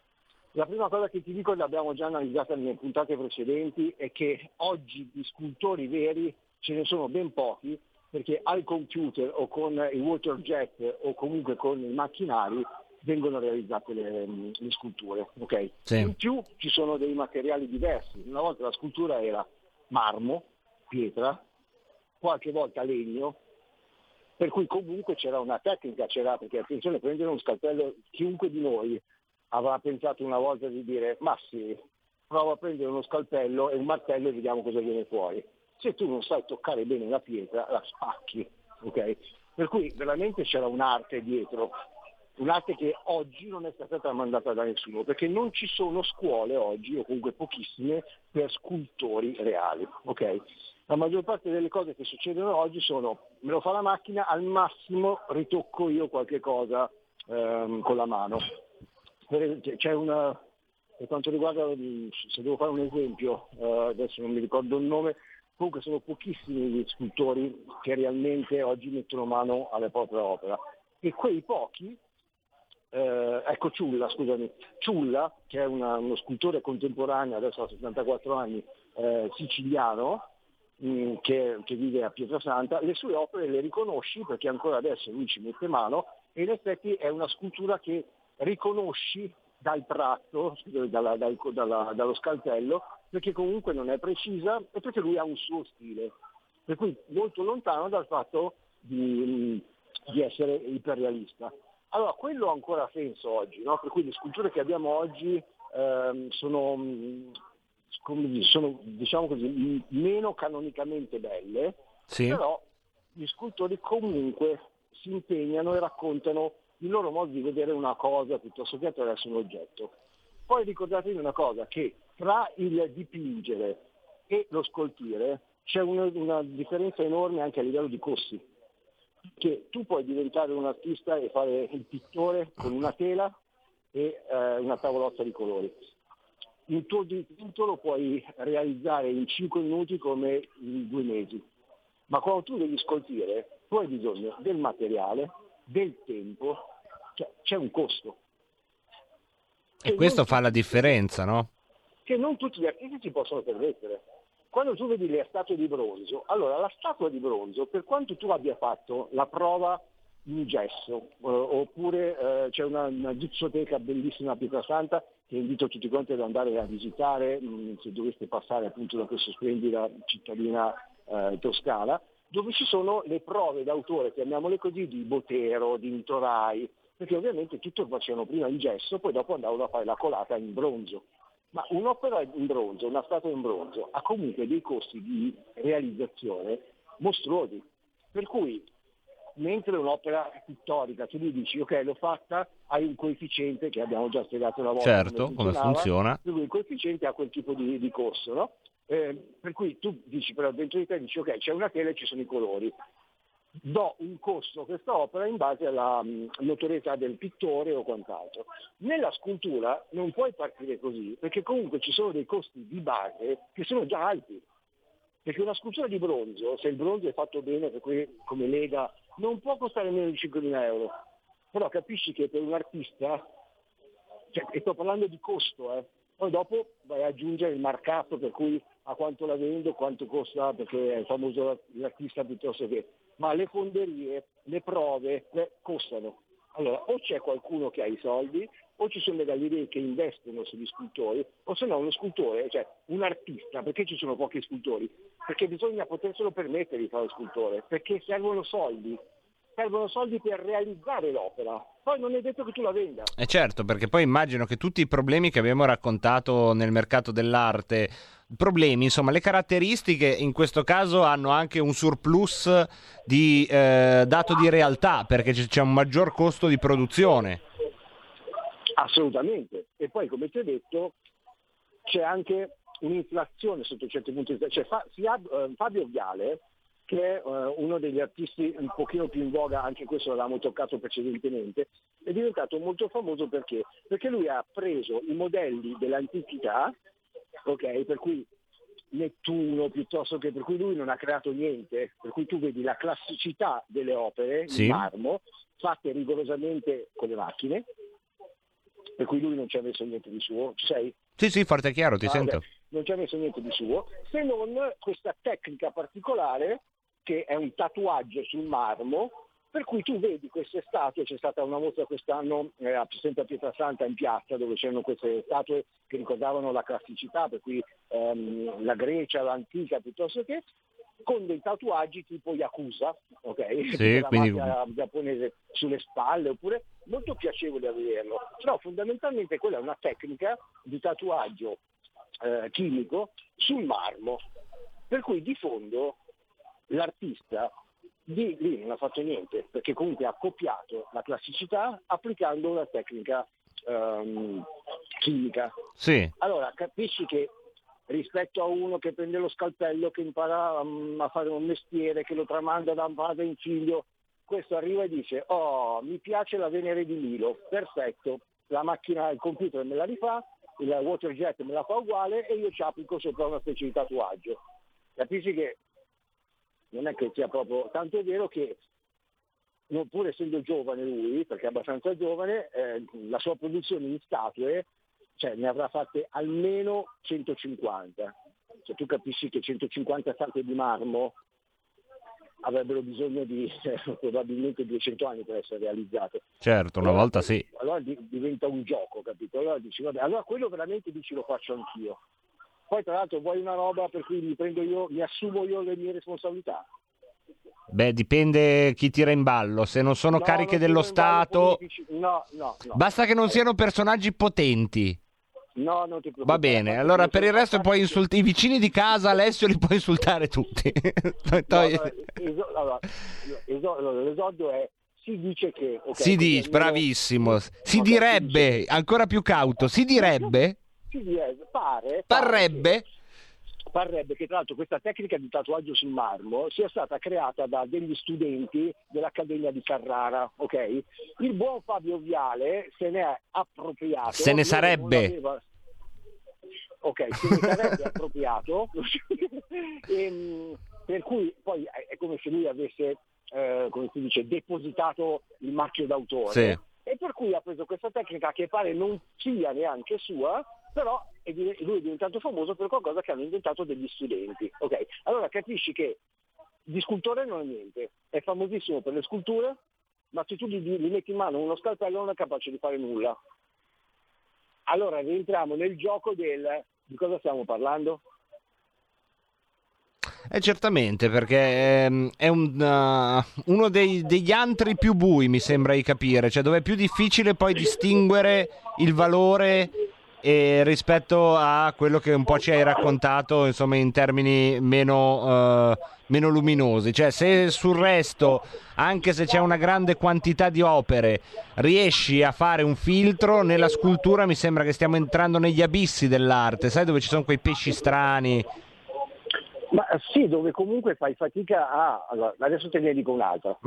La prima cosa che ti dico, l'abbiamo già analizzata nelle puntate precedenti, è che oggi di scultori veri ce ne sono ben pochi, perché al computer o con i water jet o comunque con i macchinari vengono realizzate le sculture. Okay? Sì. In più ci sono dei materiali diversi. Una volta la scultura era marmo, pietra, qualche volta legno, per cui comunque c'era una tecnica, perché attenzione, prendere uno scalpello, chiunque di noi avrà pensato una volta di dire ma sì, prova a prendere uno scalpello e un martello e vediamo cosa viene fuori. Se tu non sai toccare bene la pietra, la spacchi, ok? Per cui veramente c'era un'arte dietro, un'arte che oggi non è stata tramandata da nessuno, perché non ci sono scuole oggi, o comunque pochissime, per scultori reali, ok? La maggior parte delle cose che succedono oggi sono, me lo fa la macchina, al massimo ritocco io qualche cosa con la mano. C'è una, per quanto riguarda, se devo fare un esempio, adesso non mi ricordo il nome, comunque sono pochissimi gli scultori che realmente oggi mettono mano alla propria opera, e quei pochi, ecco Ciulla, che è uno scultore contemporaneo, adesso ha 74 anni, siciliano, che vive a Pietrasanta, le sue opere le riconosci perché ancora adesso lui ci mette mano, e in effetti è una scultura che riconosci dal tratto, dallo scalpello, perché comunque non è precisa e perché lui ha un suo stile, per cui molto lontano dal fatto di essere iperrealista. Allora quello ha ancora senso oggi, no? Per cui le sculture che abbiamo oggi sono diciamo così meno canonicamente belle, sì. Però gli scultori comunque si impegnano e raccontano il loro modo di vedere una cosa piuttosto che attraverso un oggetto. Poi ricordatevi una cosa, che tra il dipingere e lo scolpire c'è una differenza enorme anche a livello di costi, che tu puoi diventare un artista e fare il pittore con una tela e una tavolotta di colori. Il tuo dipinto lo puoi realizzare in 5 minuti come in 2 mesi, ma quando tu devi scolpire tu hai bisogno del materiale, del tempo, cioè c'è un costo. E questo fa la differenza, no? Che non tutti gli artisti si possono permettere. Quando tu vedi le statue di bronzo, allora la statua di bronzo, per quanto tu abbia fatto la prova in gesso, oppure c'è una gipsoteca bellissima a Pietrasanta che invito tutti quanti ad andare a visitare, se doveste passare appunto da questa splendida cittadina toscana, dove ci sono le prove d'autore, chiamiamole così, di Botero, di Intorai, perché ovviamente tutto lo facevano prima in gesso, poi dopo andavano a fare la colata in bronzo. Ma un'opera in bronzo, una statua in bronzo, ha comunque dei costi di realizzazione mostruosi. Per cui, mentre un'opera pittorica, tu gli dici, ok, l'ho fatta, hai un coefficiente, che abbiamo già spiegato una volta certo, come funziona. Per cui il coefficiente ha quel tipo di costo, no? Per cui tu dici, però dentro di te dici, ok, c'è una tela e ci sono i colori. Do un costo a questa opera in base alla notorietà del pittore o quant'altro. Nella scultura non puoi partire così, perché comunque ci sono dei costi di base che sono già alti. Perché una scultura di bronzo, se il bronzo è fatto bene, per cui, come lega, non può costare meno di 5.000 euro. Però capisci che per un artista, cioè, e sto parlando di costo, poi dopo vai ad aggiungere il marcato, per cui a quanto la vendo, quanto costa, perché è il famoso l'artista piuttosto che... Ma le fonderie, le prove costano. Allora, o c'è qualcuno che ha i soldi, o ci sono le gallerie che investono sugli scultori, o se no uno scultore, cioè un artista. Perché ci sono pochi scultori? Perché bisogna poterselo permettere di fare lo scultore, perché servono soldi per realizzare l'opera. Poi non è detto che tu la venda. Certo, perché poi immagino che tutti i problemi che abbiamo raccontato nel mercato dell'arte, problemi, insomma, le caratteristiche in questo caso hanno anche un surplus di dato di realtà, perché c'è un maggior costo di produzione. Assolutamente. E poi, come ti ho detto, c'è anche un'inflazione sotto certi punti di vista. Cioè, Fabio Viale, che è uno degli artisti un pochino più in voga, anche questo l'avevamo toccato precedentemente, è diventato molto famoso perché lui ha preso i modelli dell'antichità, ok, per cui Nettuno, piuttosto che, per cui lui non ha creato niente, per cui tu vedi la classicità delle opere sì, in marmo, fatte rigorosamente con le macchine, per cui lui non ci ha messo niente di suo, ci sei? Sì, forte e chiaro, ti sento. Okay. Non ci ha messo niente di suo, se non questa tecnica particolare che è un tatuaggio sul marmo, per cui tu vedi queste statue. C'è stata una mostra quest'anno sempre a Pietrasanta in piazza, dove c'erano queste statue che ricordavano la classicità, per cui la Grecia, l'antica, piuttosto che con dei tatuaggi tipo Yakuza, ok? Sì, la quindi mafia giapponese sulle spalle, oppure molto piacevole a vederlo. Però fondamentalmente quella è una tecnica di tatuaggio chimico sul marmo, per cui di fondo l'artista lì non ha fatto niente, perché comunque ha copiato la classicità applicando una tecnica chimica. Sì. Allora capisci che rispetto a uno che prende lo scalpello, che impara a fare un mestiere, che lo tramanda da un padre in figlio, questo arriva e dice: oh, mi piace la Venere di Milo, perfetto, la macchina, il computer me la rifà, il waterjet me la fa uguale e io ci applico sopra una specie di tatuaggio. Capisci che non è che sia proprio, tanto è vero che non pur essendo giovane lui, perché è abbastanza giovane, la sua produzione di statue, cioè ne avrà fatte almeno 150. Cioè tu capisci che 150 statue di marmo avrebbero bisogno di probabilmente 200 anni per essere realizzate. Certo, una volta sì. Allora diventa un gioco, capito? Allora dici, vabbè, allora quello veramente dici lo faccio anch'io. Poi tra l'altro vuoi una roba per cui mi assumo io le mie responsabilità. Beh, dipende chi tira in ballo. Se non sono cariche dello Stato, no. basta che non siano personaggi potenti. No, non ti preoccupare. Va bene, allora per il resto puoi insultare i vicini di casa, Alessio li puoi insultare tutti. L'esordio è si dice che... Okay, si dice, bravissimo. Si direbbe, ancora più cauto, si direbbe... Parrebbe che tra l'altro questa tecnica di tatuaggio sul marmo sia stata creata da degli studenti dell'Accademia di Carrara, ok? Il buon Fabio Viale se ne è appropriato. Se ne sarebbe appropriato per cui poi è come se lui avesse come si dice, depositato il marchio d'autore, sì. E per cui ha preso questa tecnica che pare non sia neanche sua, però lui è diventato famoso per qualcosa che hanno inventato degli studenti, ok? Allora capisci che di scultore non è niente, è famosissimo per le sculture, ma se tu gli metti in mano uno scalpello non è capace di fare nulla. Allora rientriamo nel gioco di cosa stiamo parlando? Certamente, perché è uno degli antri più bui, mi sembra di capire, cioè dove è più difficile poi distinguere il valore rispetto a quello che un po' ci hai raccontato, insomma, in termini meno luminosi. Cioè se sul resto, anche se c'è una grande quantità di opere, riesci a fare un filtro, nella scultura mi sembra che stiamo entrando negli abissi dell'arte, sai, dove ci sono quei pesci strani. Ma sì, dove comunque fai fatica allora, adesso te ne dico un'altra.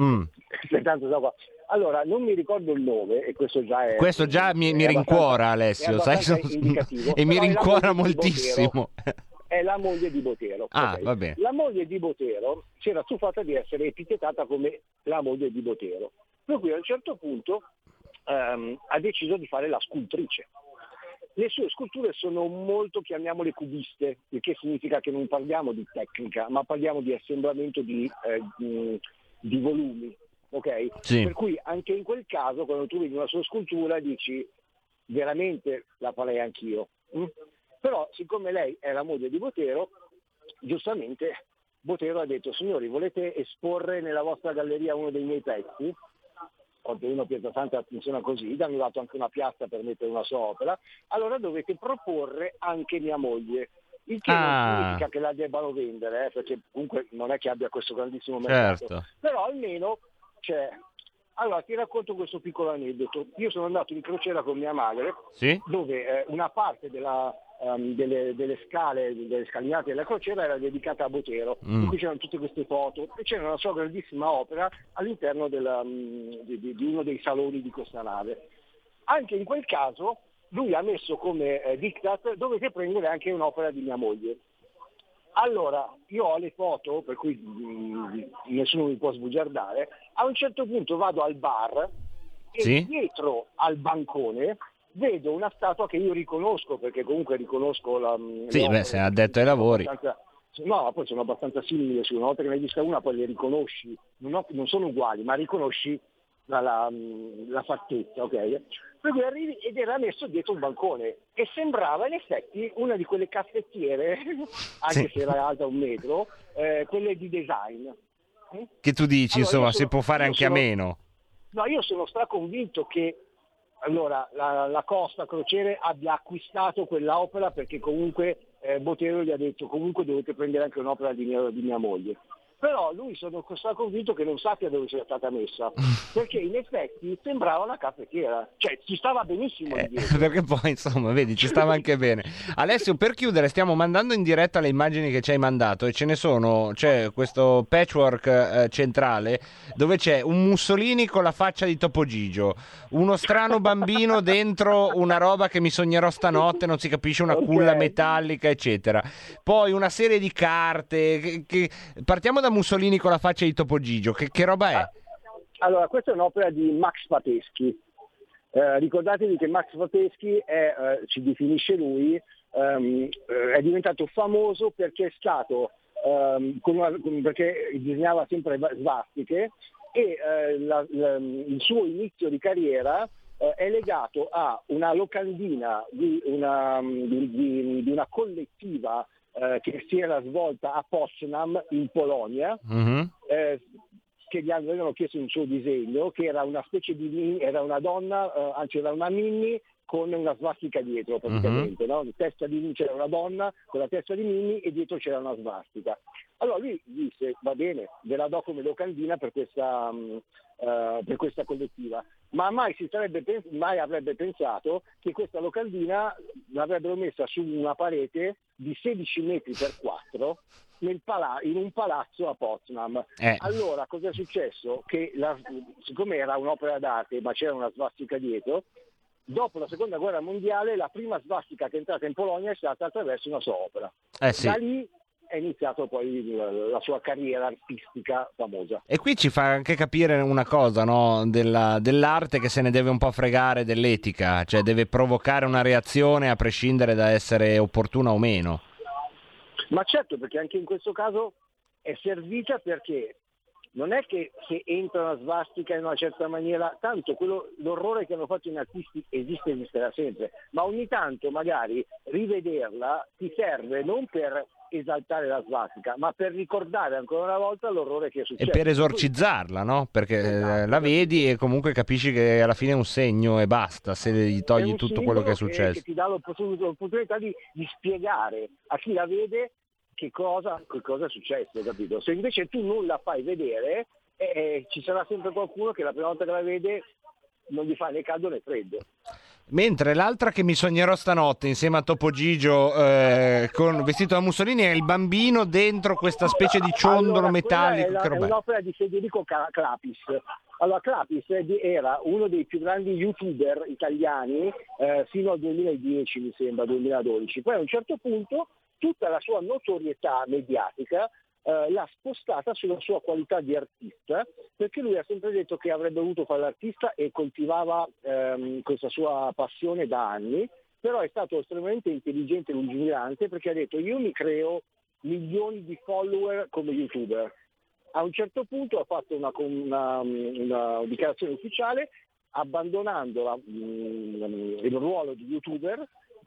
Allora, non mi ricordo il nome, e questo già è... Questo già mi rincuora, Alessio, sai? E mi rincuora moltissimo. È la moglie di Botero. Okay. Va bene. La moglie di Botero si era stufata di essere etichettata come la moglie di Botero. Per cui a un certo punto ha deciso di fare la scultrice. Le sue sculture sono molto, chiamiamole, cubiste, il che significa che non parliamo di tecnica, ma parliamo di assemblamento di volumi, ok? Sì. Per cui anche in quel caso, quando tu vedi una sua scultura, dici veramente la farei anch'io. Però siccome lei è la moglie di Botero, giustamente Botero ha detto: signori, volete esporre nella vostra galleria uno dei miei pezzi? Uno Pietrasanta funziona così, gli hanno dato anche una piazza per mettere una sua opera, allora dovete proporre anche mia moglie, il che non significa che la debbano vendere, perché comunque non è che abbia questo grandissimo mercato, certo. Però almeno c'è. Allora ti racconto questo piccolo aneddoto. Io sono andato in crociera con mia madre, sì? Dove una parte delle scalinate della crociera era dedicata a Botero, in cui c'erano tutte queste foto e c'era una sua grandissima opera all'interno di uno dei saloni di questa nave. Anche in quel caso lui ha messo come diktat: dovete prendere anche un'opera di mia moglie. Allora, io ho le foto, per cui nessuno mi può sbugiardare. A un certo punto vado al bar e sì? dietro al bancone vedo una statua che io riconosco, perché comunque riconosco la... Sì, sei addetto ai lavori. No, poi sono abbastanza simili, una volta che ne hai vista una poi le riconosci, non sono uguali, ma riconosci la fattezza, ok? Per cui arrivi ed era messo dietro un bancone e sembrava in effetti una di quelle caffettiere, anche se era alta 1 metro, quelle di design. Che tu dici, Allora, insomma, si può fare anche a meno. No, io sono straconvinto che allora la Costa Crociere abbia acquistato quell'opera, perché comunque Botero gli ha detto comunque dovete prendere anche un'opera di mia moglie. Però lui sono convinto che non sappia dove sia stata messa, perché in effetti sembrava una caffettiera, cioè ci stava benissimo dietro. Perché poi insomma vedi ci stava anche bene. Alessio, per chiudere stiamo mandando in diretta le immagini che ci hai mandato e c'è questo patchwork centrale dove c'è un Mussolini con la faccia di Topo Gigio, uno strano bambino dentro una roba che mi sognerò stanotte, non si capisce, una culla metallica eccetera, poi una serie di carte partiamo da Mussolini con la faccia di Topo Gigio, che roba è? Allora, questa è un'opera di Max Pateschi. Ricordatevi che Max Pateschi ci definisce lui, è diventato famoso perché è stato perché disegnava sempre svastiche e il suo inizio di carriera è legato a una locandina di una collettiva che si era svolta a Poznań in Polonia, che gli avevano chiesto un suo disegno, che era una specie era una donna, anzi era una Minnie con una svastica dietro praticamente, no? Testa di c'era una donna con la testa di Minnie e dietro c'era una svastica. Allora lui disse va bene, ve la do come locandina per questa collettiva, ma mai avrebbe pensato che questa locandina l'avrebbero messa su una parete di 16 metri per 4 in un palazzo a Poznań. Allora cosa è successo? Che siccome era un'opera d'arte ma c'era una svastica dietro, dopo la seconda guerra mondiale la prima svastica che è entrata in Polonia è stata attraverso una sua opera. Da lì è iniziato poi la sua carriera artistica famosa. E qui ci fa anche capire una cosa, no? Dell'arte, che se ne deve un po' fregare dell'etica, cioè deve provocare una reazione a prescindere da essere opportuna o meno. Ma certo, perché anche in questo caso è servita, perché non è che se entra una svastica in una certa maniera, tanto l'orrore che hanno fatto in artisti esisterà sempre, ma ogni tanto magari rivederla ti serve non per esaltare la svastica, ma per ricordare ancora una volta l'orrore che è successo. E per esorcizzarla, no? Perché la vedi e comunque capisci che alla fine è un segno e basta, se gli togli tutto quello che è successo. Che ti dà l'opportunità di spiegare a chi la vede che cosa è successo, capito? Se invece tu non la fai vedere, ci sarà sempre qualcuno che la prima volta che la vede non gli fa né caldo né freddo. Mentre l'altra che mi sognerò stanotte insieme a Topo Gigio con vestito da Mussolini è il bambino dentro questa specie di ciondolo metallico. È un'opera di Federico Clapis. Allora, Clapis era uno dei più grandi youtuber italiani fino al 2010, mi sembra, 2012. Poi a un certo punto tutta la sua notorietà mediatica l'ha spostata sulla sua qualità di artista, perché lui ha sempre detto che avrebbe voluto fare l'artista e coltivava questa sua passione da anni, però è stato estremamente intelligente e lungimirante, perché ha detto io mi creo milioni di follower come youtuber. A un certo punto ha fatto una dichiarazione ufficiale abbandonando il ruolo di youtuber,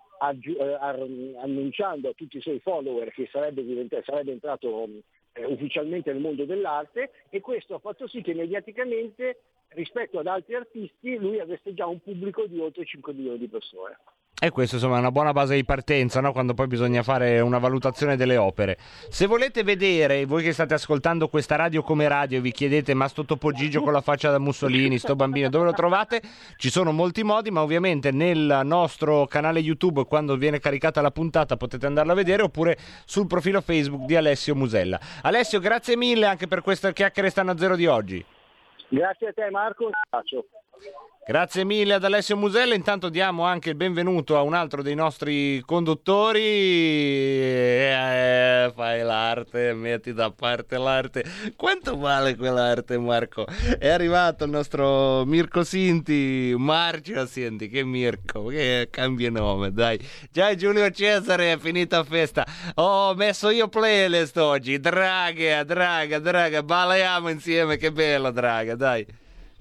annunciando a tutti i suoi follower che sarebbe entrato ufficialmente nel mondo dell'arte, e questo ha fatto sì che mediaticamente rispetto ad altri artisti lui avesse già un pubblico di oltre 5 milioni di persone. E questo insomma è una buona base di partenza, no? Quando poi bisogna fare una valutazione delle opere. Se volete vedere, voi che state ascoltando questa radio come radio e vi chiedete ma sto Topo Gigio con la faccia da Mussolini, sto bambino, dove lo trovate? Ci sono molti modi, ma ovviamente nel nostro canale YouTube, quando viene caricata la puntata, potete andarla a vedere, oppure sul profilo Facebook di Alessio Musella. Alessio, grazie mille anche per queste chiacchiere Stanno a Zero di oggi. Grazie a te Marco, un abbraccio. Grazie mille ad Alessio Musella. Intanto diamo anche il benvenuto a un altro dei nostri conduttori. Fai l'arte, metti da parte l'arte. Quanto vale quell'arte, Marco? È arrivato il nostro Mirko Sinti. Marcio, senti che Mirko, che cambia nome, dai. Già Giulio Cesare è finita festa. Ho messo io playlist oggi. Draga, balliamo insieme, che bello, Draga, dai.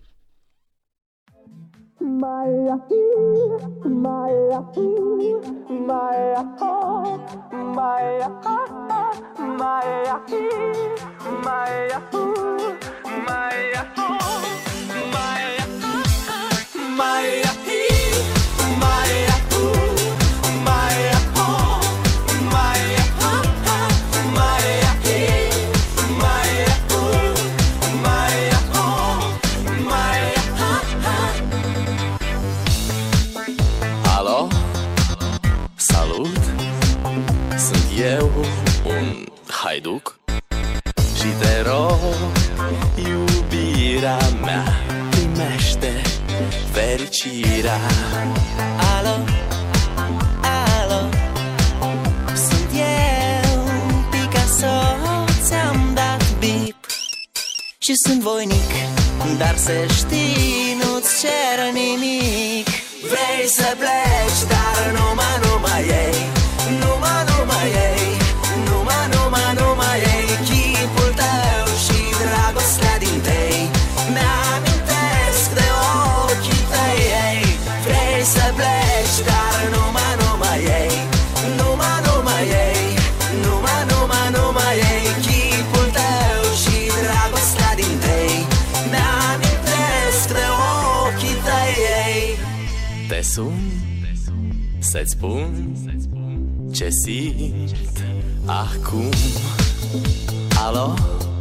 Maya, Maya, Maya, Maya, Maya, Maya, Maya, eu un haiduc și te rog, iubirea mea, primește fericirea. Alo, alo, sunt eu, Picasso, ți-am dat bip și sunt voinic, dar să știi, nu-ți cer nimic. Vrei să pleci, dar numai ei, numai ei, numai ei, chipul tău și dragostea din tei mi-amintesc de ochii tăi, ei. Vrei să pleci, dar numai ei, numai ei, numai ei, chipul tău și dragostea din tei mi-amintesc de ochii tăi, ei. Te sun să-ți spun ce simt acum. Alo,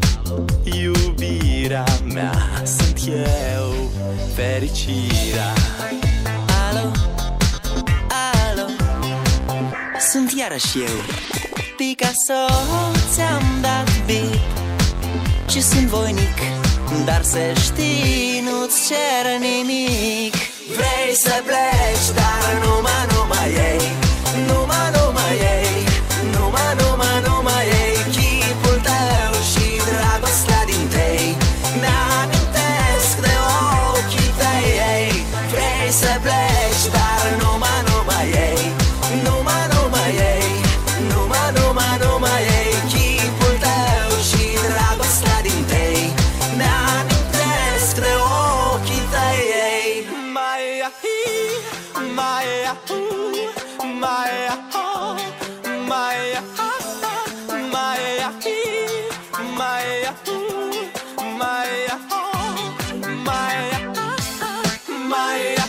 iubirea mea, sunt eu, fericirea. Alo, alo, sunt iarăși eu, Picasso, ți-am dat bip și sunt voinic, dar să știi, nu-ți cer nimic. Vrei să pleci, dar numai ei, numai ei, numai ei, chipul tău și dragostea din tei mi-amintesc de ochii tăi, ei. Vrei să pleci, dar numai ei, numai ei, numai ei, chipul tău și dragostea din tei mi-amintesc de ochii tăi, ei. Maya, Maya, Maya, Maya, Maya, Maya, Maya, Maya, Maya,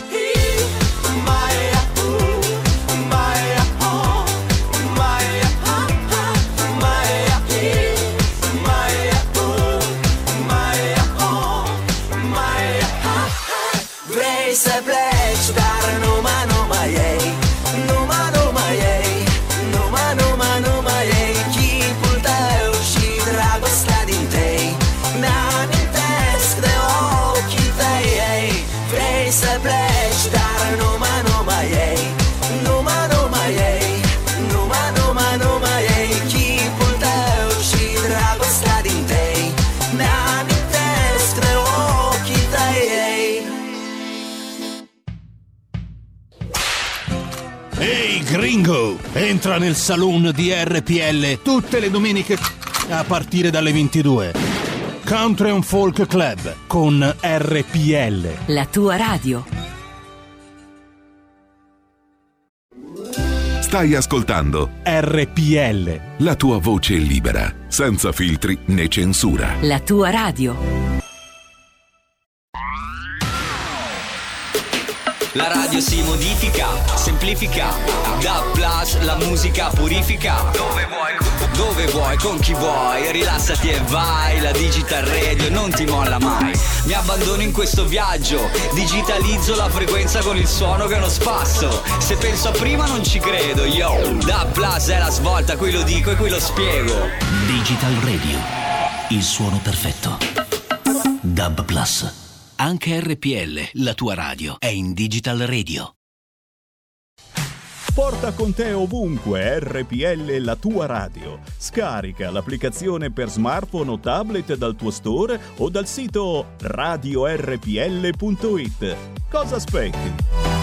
vrei să pleci, dar numai ei, numai ei, numai ei, chipul tău și dragostea din tei mi-amintesc de ochii tăi, ei. Vrei să pleci, dar numai ei, numai ei, numai ei, chipul tău și dragostea din tei mi-amintesc de ochii tăi, ei. Ehi gringo, entra nel saloon di RPL tutte le domeniche a partire dalle 22. Country and Folk Club con RPL. La tua radio. Stai ascoltando RPL. La tua voce libera, senza filtri né censura. La tua radio. La radio si modifica, semplifica, da Plus la musica purifica. Dove vuoi, con chi vuoi, rilassati e vai. La Digital Radio non ti molla mai. Mi abbandono in questo viaggio, digitalizzo la frequenza con il suono che è uno spasso. Se penso a prima non ci credo, yo. Da Plus è la svolta, qui lo dico e qui lo spiego. Digital Radio, il suono perfetto. DAB Plus. Anche RPL, la tua radio, è in Digital Radio. Porta con te ovunque RPL, la tua radio. Scarica l'applicazione per smartphone o tablet dal tuo store o dal sito radiorpl.it. Cosa aspetti?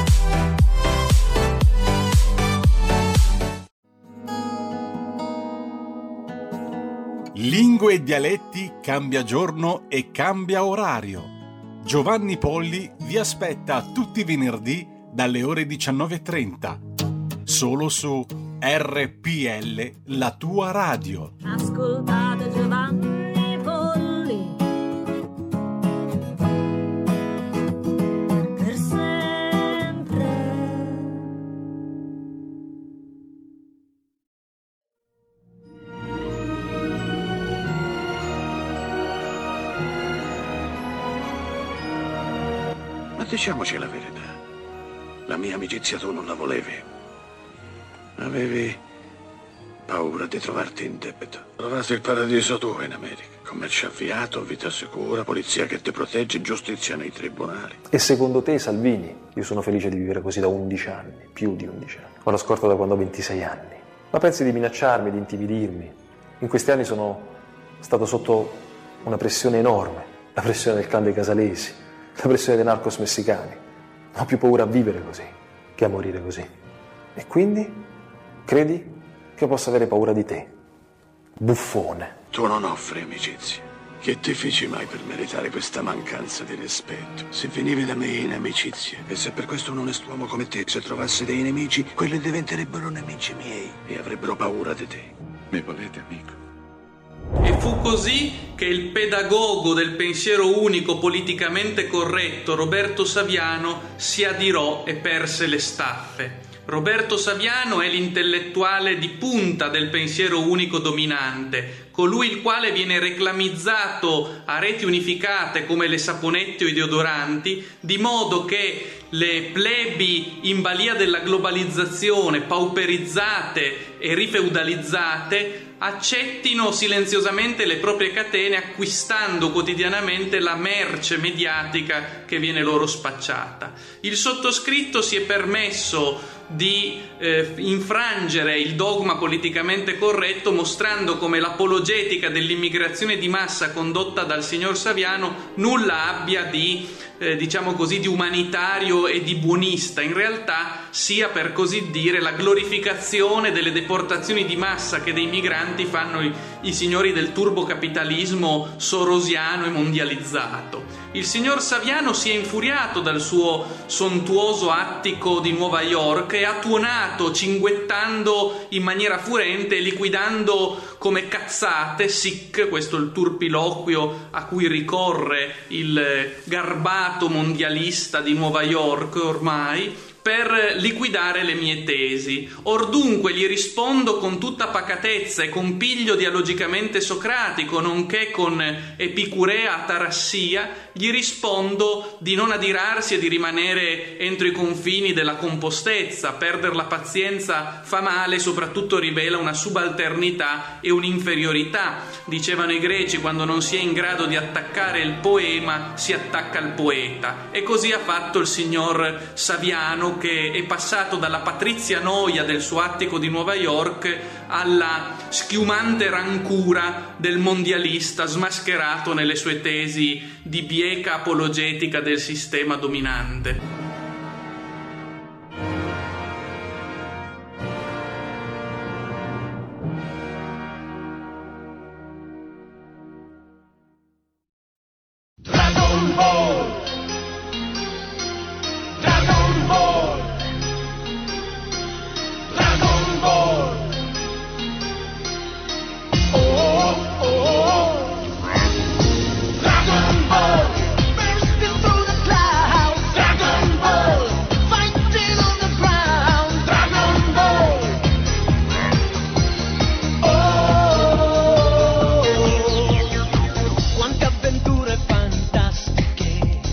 Lingue e dialetti cambia giorno e cambia orario. Giovanni Polli vi aspetta tutti i venerdì dalle ore 19:30. Solo su RPL, la tua radio. Ascoltate Giovanni Polli per sempre. Ma diciamoci la verità, la mia amicizia tu non la volevi. Avevi paura di trovarti in debito. Trovasti il paradiso tu in America. Commercio avviato, vita sicura, polizia che ti protegge, giustizia nei tribunali. E secondo te, Salvini? Io sono felice di vivere così da 11 anni, più di 11 anni. Ho la scorta da quando ho 26 anni. Ma pensi di minacciarmi, di intimidirmi? In questi anni sono stato sotto una pressione enorme. La pressione del clan dei Casalesi, la pressione dei narcos messicani. Ho più paura a vivere così che a morire così. E quindi? Credi che possa avere paura di te? Buffone. Tu non offri amicizia. Che ti feci mai per meritare questa mancanza di rispetto? Se venivi da me in amicizia, e se per questo un onest'uomo come te se trovasse dei nemici, quelli diventerebbero nemici miei e avrebbero paura di te. Mi volete, amico? E fu così che il pedagogo del pensiero unico politicamente corretto, Roberto Saviano, si adirò e perse le staffe. Roberto Saviano è l'intellettuale di punta del pensiero unico dominante, colui il quale viene reclamizzato a reti unificate come le saponette o i deodoranti, di modo che le plebi in balia della globalizzazione, pauperizzate e rifeudalizzate, accettino silenziosamente le proprie catene, acquistando quotidianamente la merce mediatica che viene loro spacciata. Il sottoscritto si è permesso di infrangere il dogma politicamente corretto, mostrando come l'apologetica dell'immigrazione di massa condotta dal signor Saviano nulla abbia di diciamo così, di umanitario e di buonista. In realtà sia, per così dire, la glorificazione delle deportazioni di massa che dei migranti fanno i signori del turbocapitalismo sorosiano e mondializzato. Il signor Saviano si è infuriato dal suo sontuoso attico di Nuova York e ha tuonato, cinguettando in maniera furente e liquidando come cazzate, sic, questo è il turpiloquio a cui ricorre il garbato mondialista di Nuova York ormai, per liquidare le mie tesi. Or dunque gli rispondo con tutta pacatezza e con piglio dialogicamente socratico, nonché con epicurea atarassia, gli rispondo di non adirarsi e di rimanere entro i confini della compostezza. Perdere la pazienza fa male e soprattutto rivela una subalternità e un'inferiorità. Dicevano i greci: quando non si è in grado di attaccare il poema, si attacca il poeta. E così ha fatto il signor Saviano, che è passato dalla patrizia noia del suo attico di Nuova York alla schiumante rancura del mondialista smascherato nelle sue tesi di bieca apologetica del sistema dominante. Dragon Ball! Dragon Ball! Dragon Ball! Oh, oh, oh! Dragon Ball! Bursting through the clouds! Dragon Ball! Fighting on the ground! Dragon Ball! Oh! Quante avventure fantastiche!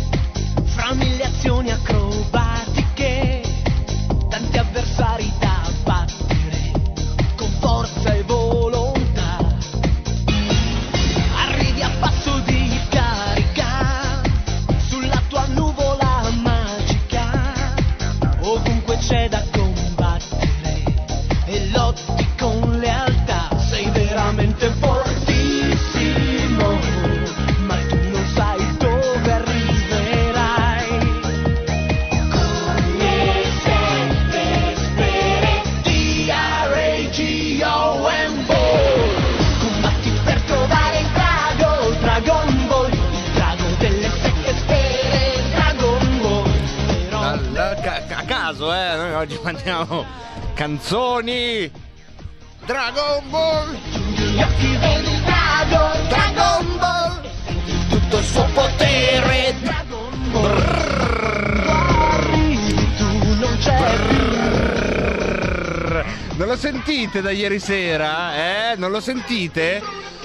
caso, noi oggi mandiamo canzoni. Dragon Ball, gli occhi del Dragon Ball, tutto il suo potere. Dragon Ball, tu non c'è più. Non lo sentite da ieri sera? Non lo sentite?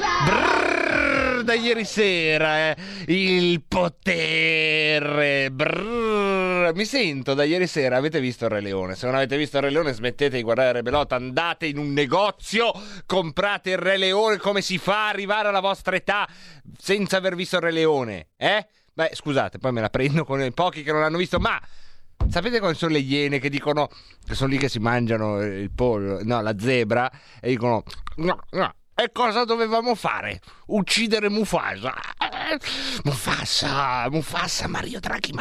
Da ieri sera, il potere. Mi sento da ieri sera. Avete visto il Re Leone? Se non avete visto il Re Leone, smettete di guardare Re Belot, andate in un negozio, comprate il Re Leone. Come si fa a arrivare alla vostra età senza aver visto il Re Leone? Beh, scusate, poi me la prendo con i pochi che non l'hanno visto, ma sapete quali sono le iene che dicono, che sono lì che si mangiano il pollo, no, la zebra, e dicono no. E cosa dovevamo fare? Uccidere Mufasa. Mufasa, Mario Draghi.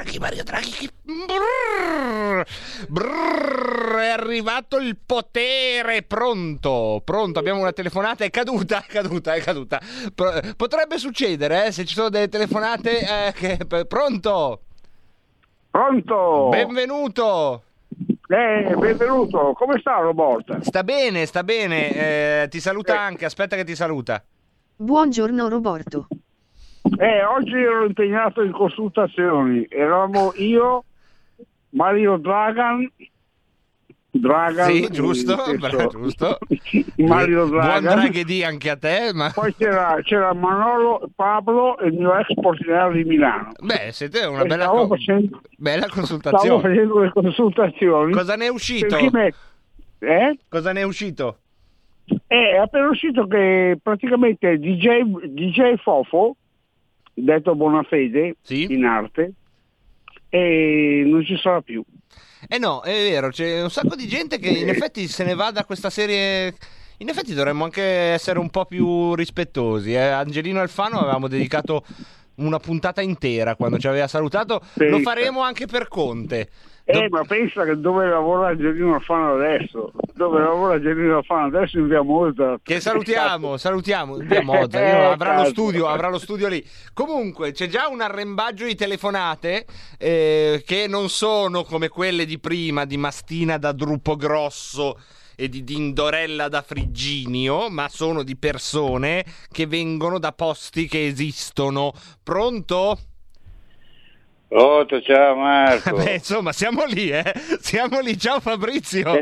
È arrivato il potere. Pronto, abbiamo una telefonata. È caduta. Potrebbe succedere, se ci sono delle telefonate. Pronto? Benvenuto. Benvenuto, come sta Roborta? Sta bene, ti saluta anche, aspetta che ti saluta. Buongiorno Roborto. Oggi ero impegnato in consultazioni, eravamo io, Mario Dragan, sì, giusto. Mario Dragan. Buon draghi anche a te. Poi c'era Manolo Pablo, il mio ex portiere di Milano. Beh, siete una bella consultazione. Stavo facendo le consultazioni. Cosa ne è uscito? Cosa ne è uscito? È appena uscito che praticamente DJ Fofo, detto Bonafede, sì, in arte, e non ci sarà più. No, è vero, c'è un sacco di gente che in effetti se ne va da questa serie. In effetti dovremmo anche essere un po' più rispettosi. Angelino Alfano avevamo dedicato una puntata intera quando ci aveva salutato. Sì. Lo faremo anche per Conte. Ma pensa che dove lavora Angelino Alfano adesso? In via Mozart. Che salutiamo in via Mozart. Avrà lo studio lì. Comunque c'è già un arrembaggio di telefonate che non sono come quelle di prima di Mastina da Drupo Grosso e di Dindorella da Friginio, ma sono di persone che vengono da posti che esistono. Pronto? Ciao Marco. Insomma, siamo lì. Ciao Fabrizio.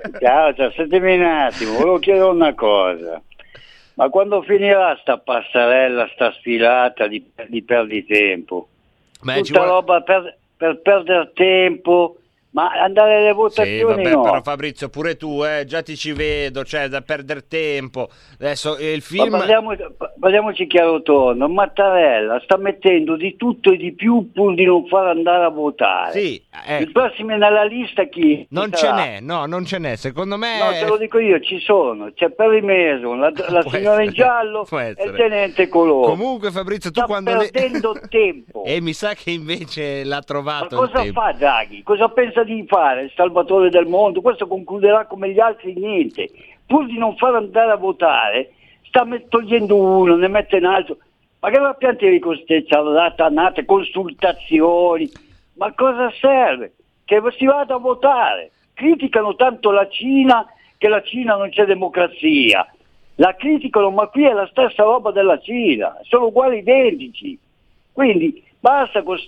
Sentimi un attimo, volevo chiedere una cosa. Ma quando finirà sta passarella, sta sfilata di perditempo? Tutta roba per perdere tempo. Ma andare alle votazioni no. Però Fabrizio pure tu già ti ci vedo, cioè da perdere tempo. Adesso il film, parliamoci chiaro tono. Mattarella sta mettendo di tutto e di più pur di non far andare a votare. Sì, il prossimo nella lista chi? Non ce n'è, secondo me. No, te lo dico io, ci sono. C'è Perry Mason, la signora in giallo e il tenente Colombo. Comunque Fabrizio, tu quando perdendo tempo. E mi sa che invece l'ha trovato. Ma cosa fa Draghi? Cosa pensa di fare il salvatore del mondo? Questo concluderà come gli altri niente. Pur di non far andare a votare sta togliendo uno, ne mette un altro. Ma che la pianta di costezza, ratanate, consultazioni, ma cosa serve? Che si vada a votare. Criticano tanto la Cina, che la Cina non c'è democrazia, la criticano, ma qui è la stessa roba della Cina, sono uguali, identici. Quindi basta con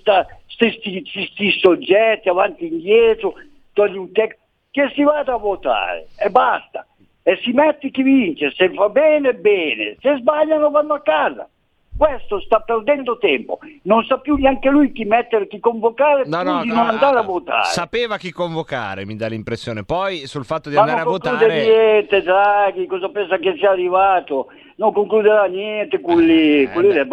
questi soggetti avanti e indietro, togli un tecnico, che si vada a votare e basta. E si mette chi vince, se va bene, bene, se sbagliano vanno a casa. Questo sta perdendo tempo, non sa più neanche lui chi mettere, chi convocare, di non andare a votare. Sapeva chi convocare, mi dà l'impressione. Poi sul fatto di andare a votare, non conclude niente. Draghi, cosa pensa che sia arrivato? Non concluderà niente quelli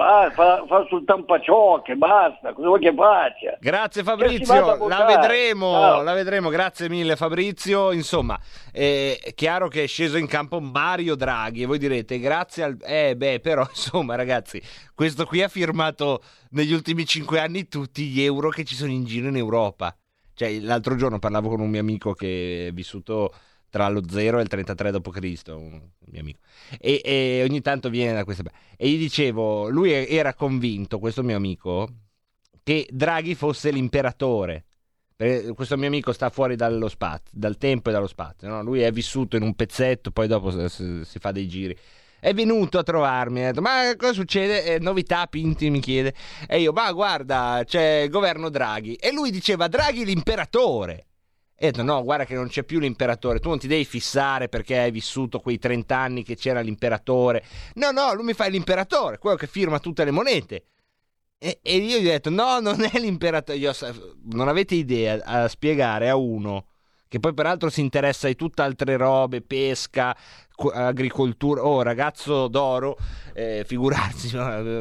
fa soltanto paciocche, basta, cosa vuoi che faccia? Grazie Fabrizio, la vedremo, grazie mille Fabrizio. Insomma, è chiaro che è sceso in campo Mario Draghi e voi direte grazie al... però insomma ragazzi, questo qui ha firmato negli ultimi 5 anni tutti gli euro che ci sono in giro in Europa. Cioè l'altro giorno parlavo con un mio amico che è vissuto tra lo 0 e il 33 d.C., un mio amico, e ogni tanto viene da queste... E gli dicevo, lui era convinto, questo mio amico, che Draghi fosse l'imperatore, Questo mio amico sta fuori dallo spazio, dal tempo e dallo spazio, no? Lui è vissuto in un pezzetto, poi dopo si fa dei giri. È venuto a trovarmi, ha detto: ma cosa succede? Novità, Pinti mi chiede. E io: ma guarda, c'è il governo Draghi. E lui diceva: Draghi l'imperatore. E ho detto: no, guarda che non c'è più l'imperatore, tu non ti devi fissare perché hai vissuto quei 30 anni che c'era l'imperatore. No, lui mi fa l'imperatore, quello che firma tutte le monete. E io gli ho detto: no, non è l'imperatore. Non avete idea a spiegare a uno che poi peraltro si interessa di tutte altre robe, pesca, agricoltura, ragazzo d'oro, figurarsi,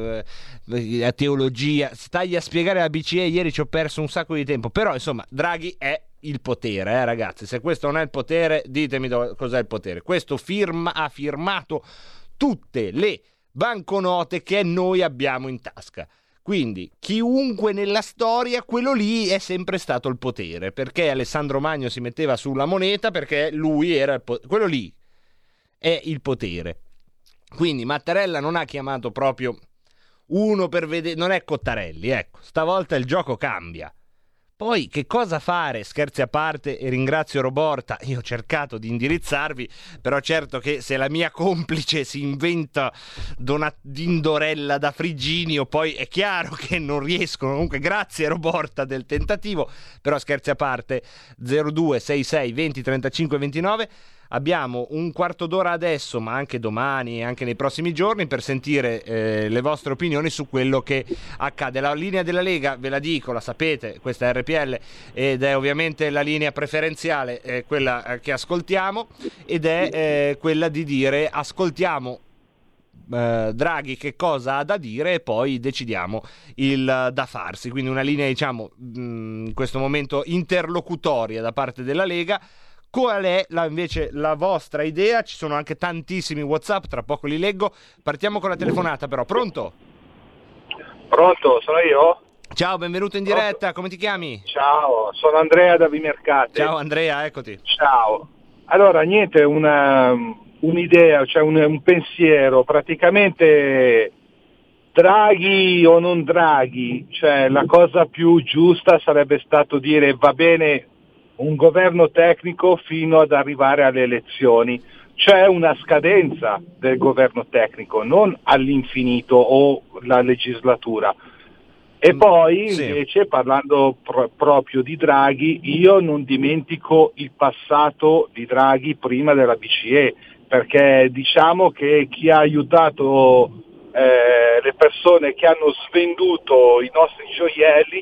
la teologia, stai a spiegare la BCE, ieri ci ho perso un sacco di tempo, però insomma Draghi è il potere, ragazzi. Se questo non è il potere, ditemi cos'è il potere. Questo ha firmato tutte le banconote che noi abbiamo in tasca. Quindi chiunque nella storia, quello lì è sempre stato il potere, perché Alessandro Magno si metteva sulla moneta perché lui era quello lì è il potere. Quindi Mattarella non ha chiamato proprio uno per vedere, non è Cottarelli, ecco, stavolta il gioco cambia. Poi che cosa fare, scherzi a parte, e ringrazio Roborta, io ho cercato di indirizzarvi, però certo che se la mia complice si inventa Dindorella da Friginio, poi è chiaro che non riescono. Comunque grazie Roborta del tentativo, però scherzi a parte, 0266 20 35 29. Abbiamo un quarto d'ora adesso, ma anche domani e anche nei prossimi giorni, per sentire le vostre opinioni su quello che accade. La linea della Lega, ve la dico, la sapete, questa è RPL ed è ovviamente la linea preferenziale, quella che ascoltiamo, ed è quella di dire: ascoltiamo Draghi che cosa ha da dire e poi decidiamo il da farsi. Quindi una linea, diciamo, in questo momento interlocutoria da parte della Lega. Qual è invece la vostra idea? Ci sono anche tantissimi WhatsApp, tra poco li leggo. Partiamo con la telefonata però. Pronto? Pronto, sono io? Ciao, benvenuto in diretta, come ti chiami? Ciao, sono Andrea da Vimercate. Ciao Andrea, eccoti. Ciao. Allora, niente, un'idea, cioè un pensiero, praticamente Draghi o non Draghi, cioè la cosa più giusta sarebbe stato dire: va bene un governo tecnico fino ad arrivare alle elezioni. C'è una scadenza del governo tecnico, non all'infinito o la legislatura. E poi invece, parlando proprio di Draghi, io non dimentico il passato di Draghi prima della BCE, perché diciamo che chi ha aiutato le persone che hanno svenduto i nostri gioielli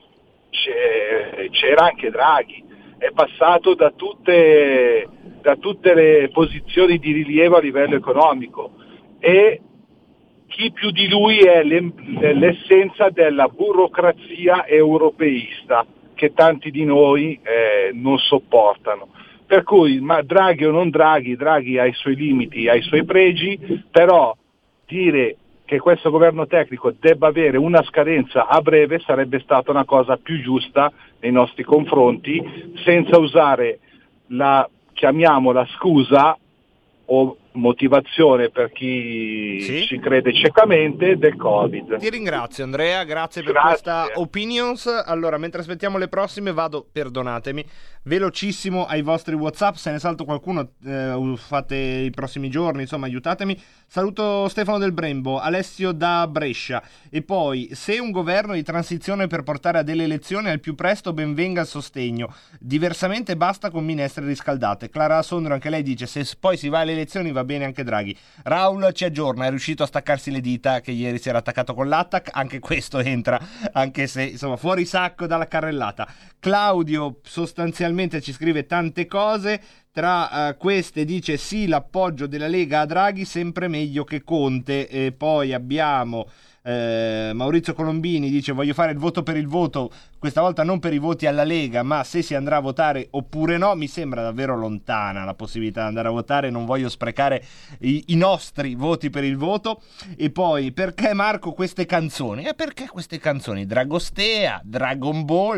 c'era anche Draghi. È passato da tutte le posizioni di rilievo a livello economico, e chi più di lui è l'essenza della burocrazia europeista che tanti di noi non sopportano. Per cui, ma Draghi o non Draghi ha i suoi limiti, ha i suoi pregi, però dire che questo governo tecnico debba avere una scadenza a breve sarebbe stata una cosa più giusta nei nostri confronti, senza usare chiamiamola scusa o motivazione per chi ci crede ciecamente del Covid. Ti ringrazio Andrea, grazie per questa opinions. Allora, mentre aspettiamo le prossime vado, perdonatemi, velocissimo ai vostri WhatsApp, se ne salto qualcuno fate i prossimi giorni, insomma aiutatemi. Saluto Stefano del Brembo, Alessio da Brescia, e poi: se un governo di transizione per portare a delle elezioni al più presto, ben venga il sostegno, diversamente basta con minestre riscaldate. Clara Sondro, anche lei dice: se poi si va alle elezioni va bene anche Draghi. Raul ci aggiorna: è riuscito a staccarsi le dita che ieri si era attaccato con l'attack, anche questo entra, anche se insomma fuori sacco dalla carrellata. Claudio sostanzialmente ci scrive tante cose, tra queste dice: sì, l'appoggio della Lega a Draghi sempre meglio che Conte. E poi abbiamo Maurizio Colombini, dice: voglio fare il voto per il voto, questa volta non per i voti alla Lega, ma se si andrà a votare oppure no. Mi sembra davvero lontana la possibilità di andare a votare, non voglio sprecare i nostri voti per il voto. E poi: perché Marco queste canzoni? Perché queste canzoni? Dragostea, Dragon Ball,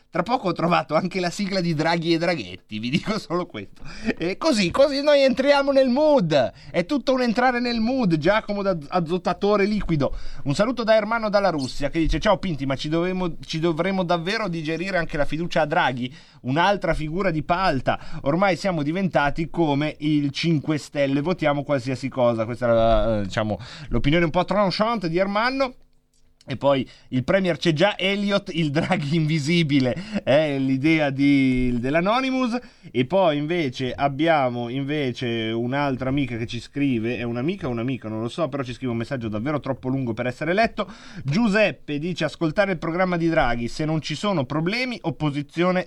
Tra poco ho trovato anche la sigla di Draghi e Draghetti, vi dico solo questo. E così noi entriamo nel mood. È tutto un entrare nel mood. Giacomo da Azzottatore Liquido. Un saluto da Ermanno dalla Russia che dice: ciao Pinti, ma ci dovremo davvero digerire anche la fiducia a Draghi? Un'altra figura di palta. Ormai siamo diventati come il 5 Stelle, votiamo qualsiasi cosa. Questa è l'opinione un po' tranchant di Ermanno. E poi il Premier c'è già, Elliott, il Draghi invisibile, è l'idea dell'Anonymous. E poi invece abbiamo un'altra amica che ci scrive, è un'amica o un amico, non lo so, però ci scrive un messaggio davvero troppo lungo per essere letto. Giuseppe dice: ascoltare il programma di Draghi, se non ci sono problemi, opposizione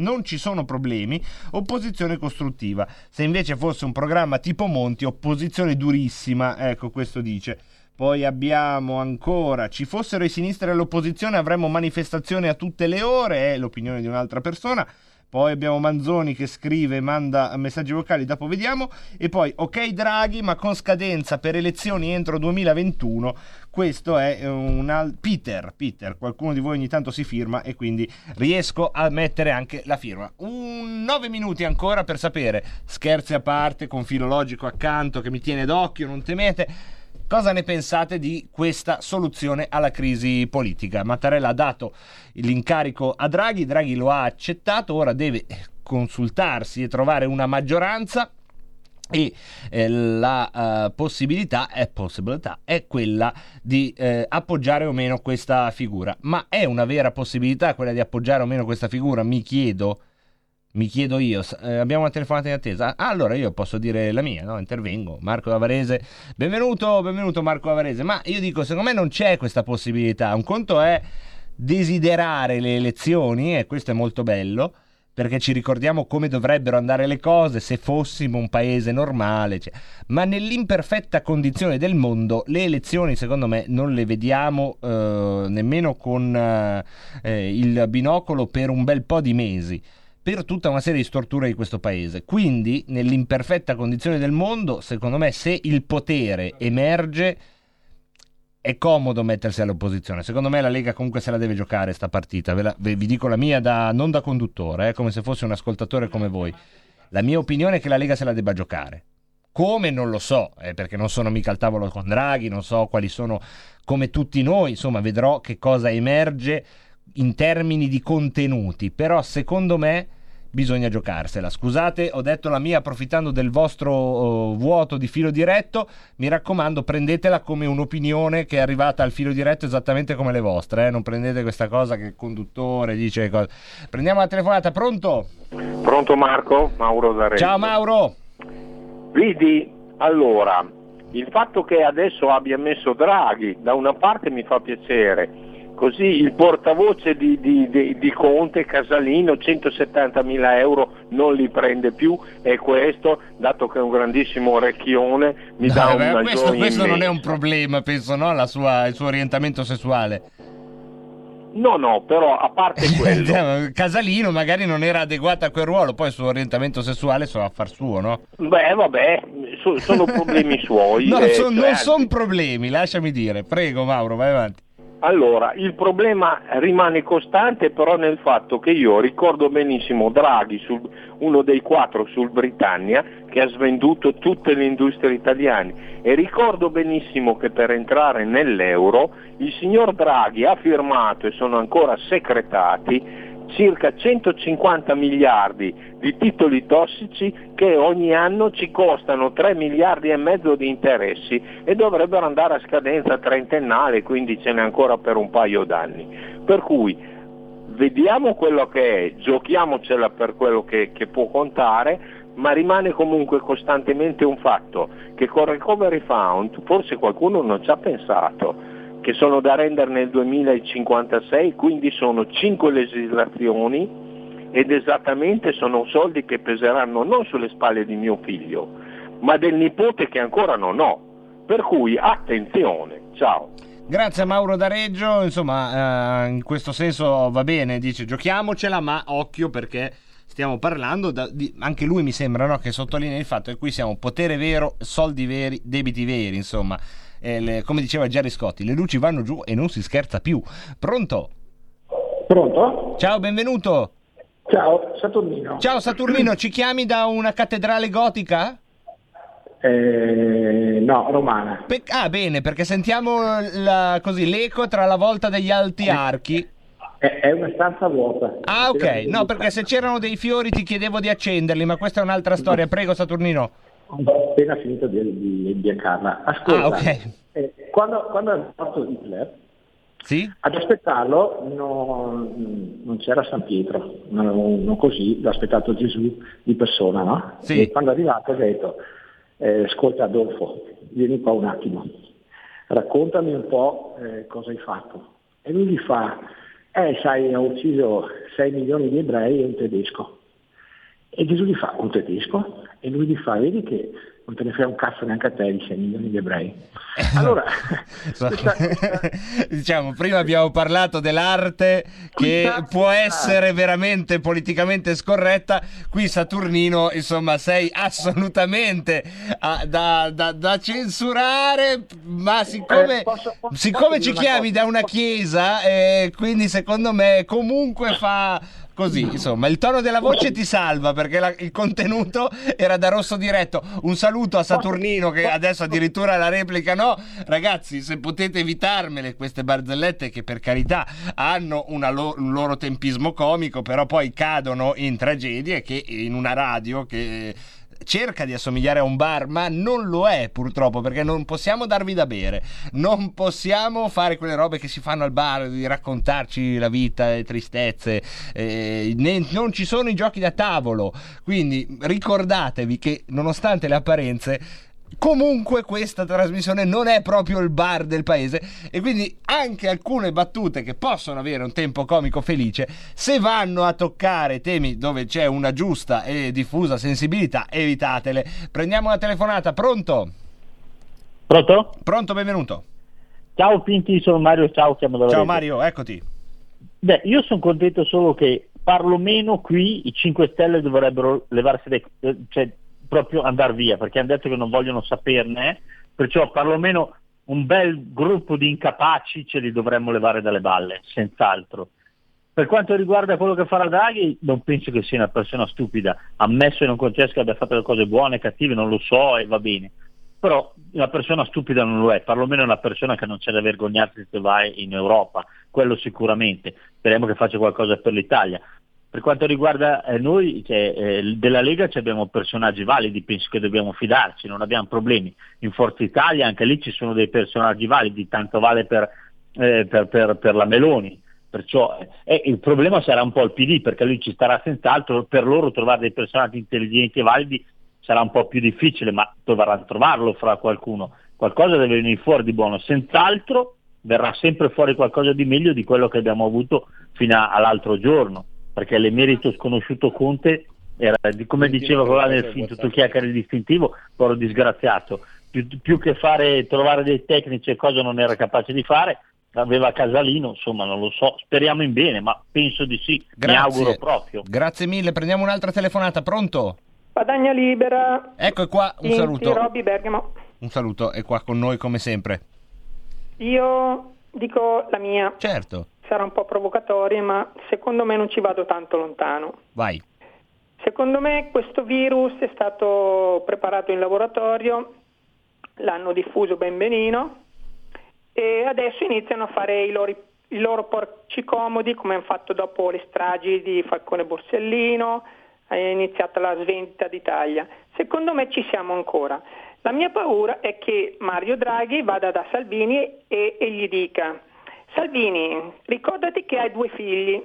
costruttiva. Se invece fosse un programma tipo Monti, opposizione durissima, ecco, questo dice. Poi abbiamo ancora: ci fossero i sinistri all'opposizione avremmo manifestazioni a tutte le ore, è l'opinione di un'altra persona. Poi abbiamo Manzoni che scrive, manda messaggi vocali, dopo vediamo. E poi ok Draghi, ma con scadenza per elezioni entro 2021. Questo è Peter, qualcuno di voi ogni tanto si firma e quindi riesco a mettere anche la firma. 9 minuti ancora per sapere, scherzi a parte, con filologico accanto che mi tiene d'occhio, non temete, cosa ne pensate di questa soluzione alla crisi politica? Mattarella ha dato l'incarico a Draghi lo ha accettato, ora deve consultarsi e trovare una maggioranza e la possibilità è quella di appoggiare o meno questa figura. Ma è una vera possibilità quella di appoggiare o meno questa figura? Mi chiedo io. Abbiamo una telefonata in attesa. Allora io posso dire la mia, no? Intervengo. Marco Avarese, benvenuto Marco Avarese. Ma io dico, secondo me non c'è questa possibilità. Un conto è desiderare le elezioni, e questo è molto bello, perché ci ricordiamo come dovrebbero andare le cose se fossimo un paese normale, ma nell'imperfetta condizione del mondo le elezioni secondo me non le vediamo nemmeno con il binocolo per un bel po' di mesi, per tutta una serie di storture di questo paese. Quindi nell'imperfetta condizione del mondo, secondo me, se il potere emerge è comodo mettersi all'opposizione. Secondo me la Lega comunque se la deve giocare sta partita. Vi dico la mia non da conduttore, come se fossi un ascoltatore come voi. La mia opinione è che la Lega se la debba giocare. Come non lo so, perché non sono mica al tavolo con Draghi, non so quali sono, come tutti noi, insomma vedrò che cosa emerge in termini di contenuti, però secondo me bisogna giocarsela. Scusate, ho detto la mia approfittando del vostro vuoto di filo diretto. Mi raccomando, prendetela come un'opinione che è arrivata al filo diretto esattamente come le vostre, non prendete questa cosa che il conduttore dice cose. Prendiamo la telefonata. Pronto Marco? Mauro da Reggio. Ciao Mauro. Vedi, allora, il fatto che adesso abbia messo Draghi da una parte mi fa piacere. Così il portavoce di Conte, Casalino, 170.000 euro non li prende più, e questo, dato che è un grandissimo orecchione, mi dà una gioia. Questo non è un problema, penso, no? Il suo orientamento sessuale. No, però a parte quello, Casalino magari non era adeguato a quel ruolo, poi il suo orientamento sessuale sono affar suo, no? Beh, vabbè, sono problemi suoi. No, non sono problemi, lasciami dire. Prego Mauro, vai avanti. Allora, il problema rimane costante però nel fatto che io ricordo benissimo Draghi, uno dei 4 sul Britannia, che ha svenduto tutte le industrie italiane, e ricordo benissimo che per entrare nell'euro il signor Draghi ha firmato, e sono ancora secretati, circa 150 miliardi di titoli tossici che ogni anno ci costano 3 miliardi e mezzo di interessi e dovrebbero andare a scadenza trentennale, quindi ce n'è ancora per un paio d'anni. Per cui vediamo quello che è, giochiamocela per quello che può contare, ma rimane comunque costantemente un fatto che con Recovery Fund forse qualcuno non ci ha pensato, che sono da rendere nel 2056, quindi sono 5 legislazioni ed esattamente sono soldi che peseranno non sulle spalle di mio figlio, ma del nipote che ancora non ho. Per cui attenzione, ciao. Grazie a Mauro da Reggio, insomma in questo senso va bene, dice giochiamocela, ma occhio perché stiamo parlando, anche lui mi sembra, no, che sottolinea il fatto che qui siamo potere vero, soldi veri, debiti veri, insomma. Come diceva Gerry Scotti, le luci vanno giù e non si scherza più. Pronto? Pronto? Ciao, benvenuto. Ciao, Saturnino. Ciao Saturnino, ci chiami da una cattedrale gotica? No, romana. Bene, perché sentiamo così l'eco tra la volta degli alti archi. È una stanza vuota. Ah, ok. No, perché se c'erano dei fiori ti chiedevo di accenderli, ma questa è un'altra storia. Prego, Saturnino. Ho appena finito di indiacarla. Ascolta, ok. Quando è morto Hitler, sì? ad aspettarlo non c'era San Pietro, non così, l'ha aspettato Gesù di persona, no? Sì. E quando è arrivato ha detto, ascolta Adolfo, vieni qua un attimo, raccontami un po' cosa hai fatto. E lui gli fa, sai, ha ucciso 6 milioni di ebrei e un tedesco. E Gesù gli fa, un tedesco? E lui gli fa, vedi che non te ne frega un cazzo neanche a te di 6 milioni di ebrei. Allora, diciamo, prima abbiamo parlato dell'arte che può essere veramente politicamente scorretta. Qui Saturnino, insomma, sei assolutamente da censurare, ma siccome ci chiami da una chiesa, quindi secondo me comunque fa così, insomma, il tono della voce ti salva perché il contenuto era da rosso diretto. Un saluto a Saturnino che adesso addirittura la replica no. Ragazzi, se potete evitarmele queste barzellette che per carità hanno un loro tempismo comico, però poi cadono in tragedie che in una radio che cerca di assomigliare a un bar, ma non lo è purtroppo, perché non possiamo darvi da bere, non possiamo fare quelle robe che si fanno al bar di raccontarci la vita, le tristezze, non ci sono i giochi da tavolo, quindi ricordatevi che nonostante le apparenze comunque questa trasmissione non è proprio il bar del paese, e quindi anche alcune battute che possono avere un tempo comico felice, se vanno a toccare temi dove c'è una giusta e diffusa sensibilità, evitatele. Prendiamo una telefonata. Pronto? Pronto, benvenuto. Ciao Pinti, sono Mario, ciao, chiamo dalla Ciao rete. Mario, eccoti. Beh, io sono contento solo che perlomeno qui i 5 Stelle dovrebbero levarsi proprio andare via, perché hanno detto che non vogliono saperne, perciò perlomeno un bel gruppo di incapaci ce li dovremmo levare dalle balle, senz'altro. Per quanto riguarda quello che farà Draghi, non penso che sia una persona stupida, ammesso e non concesso che abbia fatto le cose buone, cattive, non lo so e va bene, però una persona stupida non lo è, perlomeno è una persona che non c'è da vergognarsi se va in Europa, quello sicuramente. Speriamo che faccia qualcosa per l'Italia. Per quanto riguarda noi, della Lega abbiamo personaggi validi, penso che dobbiamo fidarci, non abbiamo problemi. In Forza Italia anche lì ci sono dei personaggi validi, tanto vale per la Meloni. Perciò il problema sarà un po' il PD, perché lui ci starà senz'altro, per loro trovare dei personaggi intelligenti e validi sarà un po' più difficile, ma dovranno trovarlo fra qualcuno. Qualcosa deve venire fuori di buono, senz'altro verrà sempre fuori qualcosa di meglio di quello che abbiamo avuto fino all'altro giorno. Perché l'emerito sconosciuto Conte era, come diceva qua nel film, tutto chiacchiere di distintivo, povero disgraziato, più che trovare dei tecnici e cosa non era capace di fare, aveva Casalino, insomma non lo so, speriamo in bene, ma penso di sì. Grazie. Mi auguro proprio. Grazie mille, prendiamo un'altra telefonata. Pronto? Padagna Libera. Ecco, è qua, un saluto. Robby Bergamo. Un saluto, è qua con noi come sempre. Io dico la mia. Certo. Sarà un po' provocatoria, ma secondo me non ci vado tanto lontano. Vai. Secondo me questo virus è stato preparato in laboratorio, l'hanno diffuso ben benino e adesso iniziano a fare i loro porci comodi, come hanno fatto dopo le stragi di Falcone Borsellino, è iniziata la svendita d'Italia. Secondo me ci siamo ancora. La mia paura è che Mario Draghi vada da Salvini e gli dica: Salvini, ricordati che hai 2 figli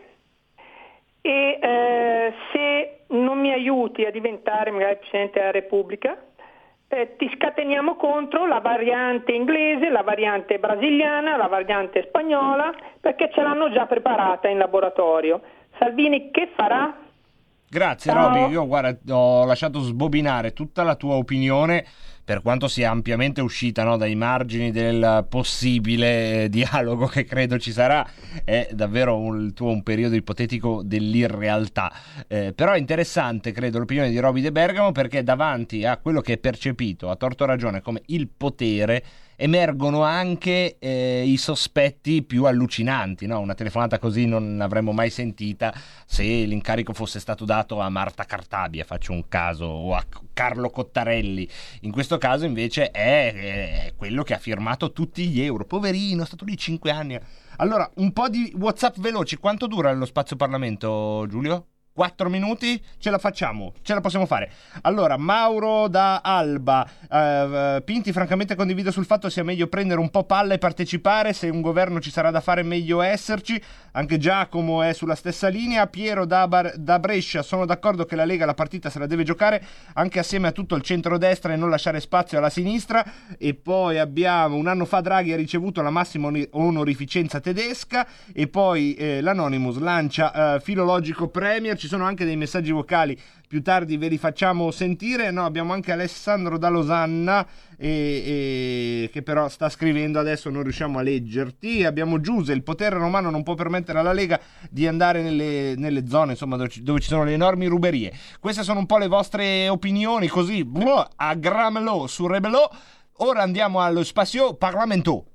e se non mi aiuti a diventare magari Presidente della Repubblica, ti scateniamo contro la variante inglese, la variante brasiliana, la variante spagnola, perché ce l'hanno già preparata in laboratorio. Salvini che farà? Grazie Roby, io guarda, ho lasciato sbobinare tutta la tua opinione per quanto sia ampiamente uscita, no, dai margini del possibile dialogo che credo ci sarà, è davvero un periodo ipotetico dell'irrealtà. Però è interessante, credo, l'opinione di Roby De Bergamo, perché davanti a quello che è percepito, a torto ragione, come il potere, emergono anche i sospetti più allucinanti, no? Una telefonata così non l'avremmo mai sentita se l'incarico fosse stato dato a Marta Cartabia, faccio un caso, o a Carlo Cottarelli. In questo caso invece è quello che ha firmato tutti gli euro. Poverino, è stato lì 5 anni. Allora, un po' di WhatsApp veloci. Quanto dura lo spazio Parlamento, Giulio? 4 minuti? Ce la facciamo, ce la possiamo fare. Allora, Mauro da Alba, Pinti francamente condivido sul fatto sia meglio prendere un po' palla e partecipare, se un governo ci sarà da fare meglio esserci. Anche Giacomo è sulla stessa linea. Piero da Brescia, sono d'accordo che la Lega la partita se la deve giocare anche assieme a tutto il centrodestra e non lasciare spazio alla sinistra. E poi abbiamo, un anno fa Draghi ha ricevuto la massima onorificenza tedesca. E poi l'Anonymous lancia filologico premier. Ci sono anche dei messaggi vocali, più tardi ve li facciamo sentire. No, abbiamo anche Alessandro da Losanna che però sta scrivendo adesso, non riusciamo a leggerti. Abbiamo Giuse, il potere romano non può permettere alla Lega di andare nelle zone, insomma, dove ci sono le enormi ruberie. Queste sono un po' le vostre opinioni, così a Gramelo su Rebelò. Ora andiamo allo spazio Parlamento.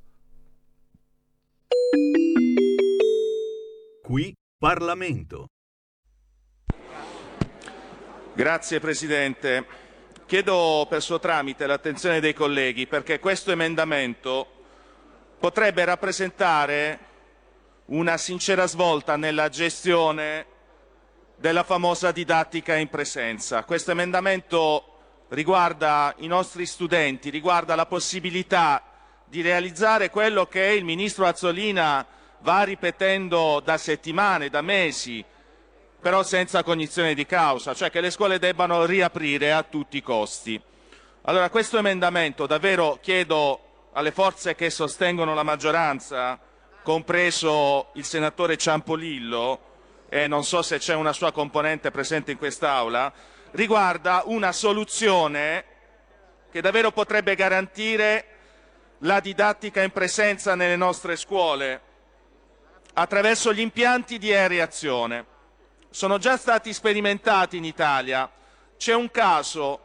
Qui Parlamento. Grazie Presidente. Chiedo per suo tramite l'attenzione dei colleghi perché questo emendamento potrebbe rappresentare una sincera svolta nella gestione della famosa didattica in presenza. Questo emendamento riguarda i nostri studenti, riguarda la possibilità di realizzare quello che il Ministro Azzolina va ripetendo da settimane, da mesi, però senza cognizione di causa, cioè che le scuole debbano riaprire a tutti i costi. Allora, questo emendamento, davvero chiedo alle forze che sostengono la maggioranza, compreso il senatore Ciampolillo, e non so se c'è una sua componente presente in quest'Aula, riguarda una soluzione che davvero potrebbe garantire la didattica in presenza nelle nostre scuole attraverso gli impianti di aereazione. Sono già stati sperimentati in Italia. C'è un caso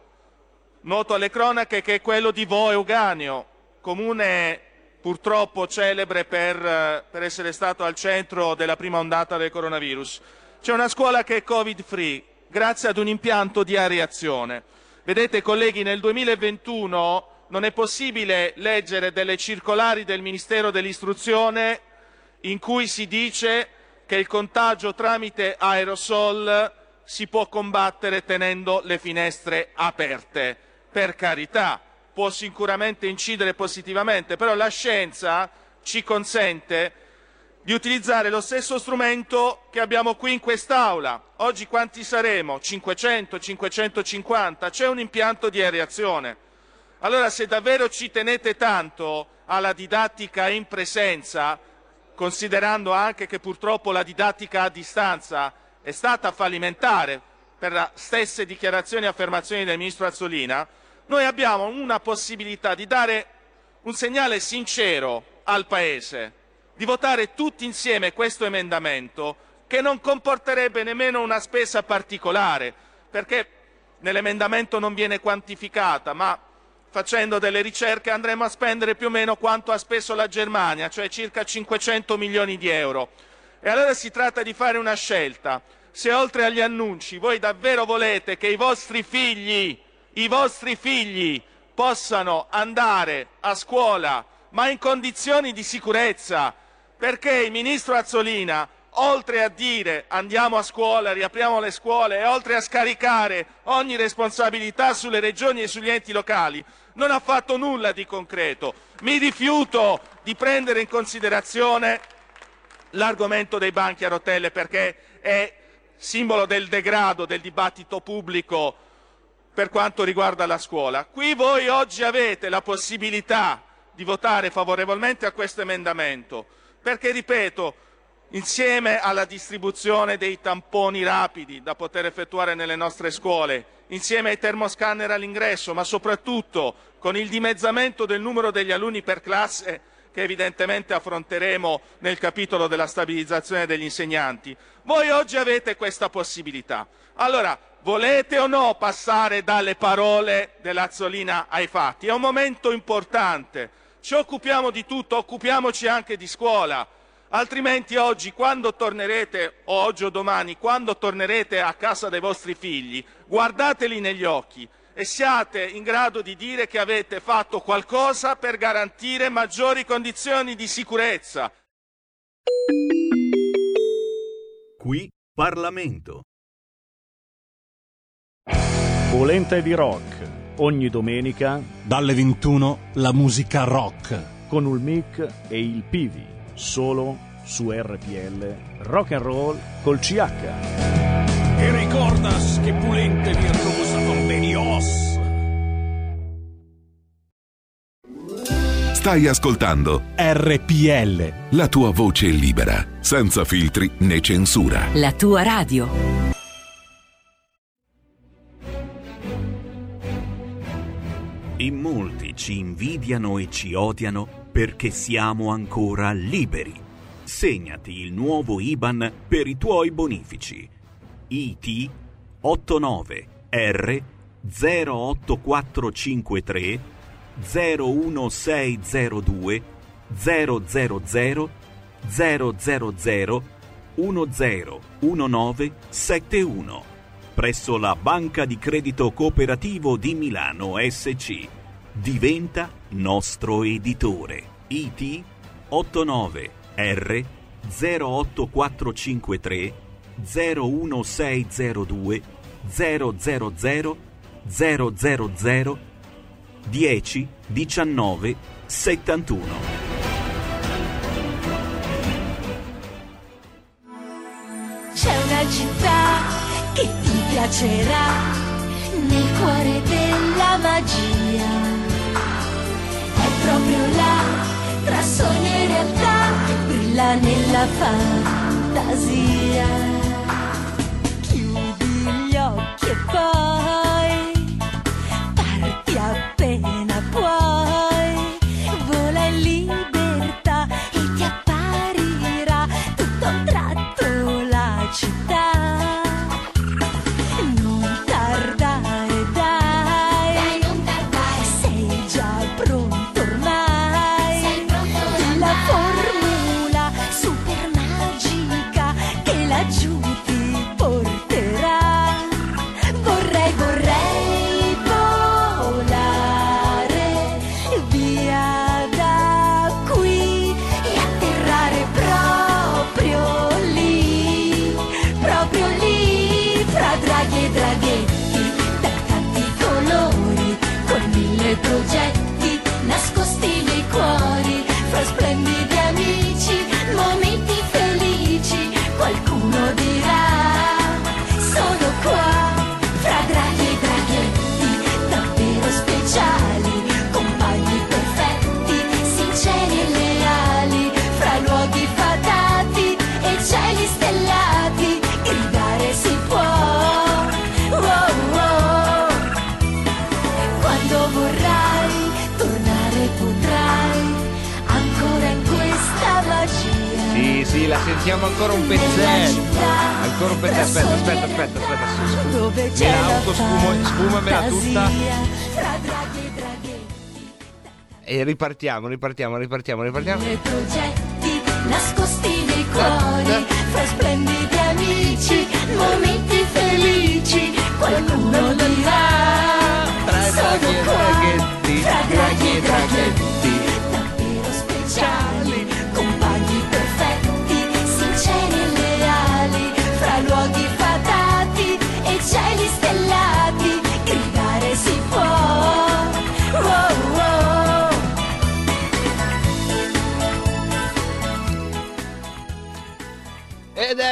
noto alle cronache che è quello di Vo Euganeo, comune purtroppo celebre per essere stato al centro della prima ondata del coronavirus. C'è una scuola che è Covid free grazie ad un impianto di aereazione. Vedete colleghi, nel 2021 non è possibile leggere delle circolari del Ministero dell'Istruzione in cui si dice che il contagio tramite aerosol si può combattere tenendo le finestre aperte. Per carità, può sicuramente incidere positivamente, però la scienza ci consente di utilizzare lo stesso strumento che abbiamo qui in quest'Aula. Oggi quanti saremo? 500, 550? C'è un impianto di aereazione. Allora, se davvero ci tenete tanto alla didattica in presenza, considerando anche che purtroppo la didattica a distanza è stata fallimentare per le stesse dichiarazioni e affermazioni del Ministro Azzolina, noi abbiamo una possibilità di dare un segnale sincero al Paese, di votare tutti insieme questo emendamento che non comporterebbe nemmeno una spesa particolare, perché nell'emendamento non viene quantificata, ma facendo delle ricerche andremo a spendere più o meno quanto ha speso la Germania, cioè circa 500 milioni di euro. E allora si tratta di fare una scelta. Se oltre agli annunci voi davvero volete che i vostri figli possano andare a scuola, ma in condizioni di sicurezza, perché il Ministro Azzolina, oltre a dire andiamo a scuola, riapriamo le scuole, e oltre a scaricare ogni responsabilità sulle regioni e sugli enti locali, non ha fatto nulla di concreto. Mi rifiuto di prendere in considerazione l'argomento dei banchi a rotelle perché è simbolo del degrado del dibattito pubblico per quanto riguarda la scuola. Qui voi oggi avete la possibilità di votare favorevolmente a questo emendamento perché, ripeto, insieme alla distribuzione dei tamponi rapidi da poter effettuare nelle nostre scuole, insieme ai termoscanner all'ingresso, ma soprattutto con il dimezzamento del numero degli alunni per classe che evidentemente affronteremo nel capitolo della stabilizzazione degli insegnanti, voi oggi avete questa possibilità. Allora, volete o no passare dalle parole dell'Azzolina ai fatti? È un momento importante, ci occupiamo di tutto, occupiamoci anche di scuola, altrimenti oggi, quando tornerete, o oggi o domani, quando tornerete a casa dei vostri figli, guardateli negli occhi e siate in grado di dire che avete fatto qualcosa per garantire maggiori condizioni di sicurezza. Qui Parlamento. Polenta di rock. Ogni domenica dalle 21 la musica rock con il Mic e il Pivi, solo su RPL Rock and Roll col CH. E ricordas che Pulente virtuosa con Benios. Stai ascoltando RPL, la tua voce libera, senza filtri né censura. La tua radio. In molti ci invidiano e ci odiano perché siamo ancora liberi. Segnati il nuovo IBAN per i tuoi bonifici. IT 89 R 08453 01602 000 000 101971 presso la Banca di Credito Cooperativo di Milano SC. Diventa nostro editore. IT 89 R 08453 01602 000 000 10 19 71. C'è una città che ti piacerà, nel cuore della magia. È proprio là, tra sogno e realtà, brilla nella fantasia. Chiudi gli occhi e poi parti appena puoi. Vola in libertà e ti apparirà tutto a un tratto la città. Progetti nascosti nei cuori, fra splendidi amici, momenti felici, qualcuno dirà, sono qua, fra draghi e draghetti, davvero speciali, compagni perfetti, sinceri e leali, fra luoghi fatati e cieli stellati, gridare si può. Quando vorrai tornare potrai ancora in questa magia. Sì, la sentiamo ancora un pezzetto. Ancora un pezzetto. Aspetta. Dove c'è la Sfumamela tutta. E ripartiamo. Le progetti nascosti nei cuori, fra splendidi amici, momenti felici, qualcuno dirà. Draghetti, davvero speciali, compagni perfetti, sinceri e leali, fra luoghi fatati e cieli stellati, gridare si può.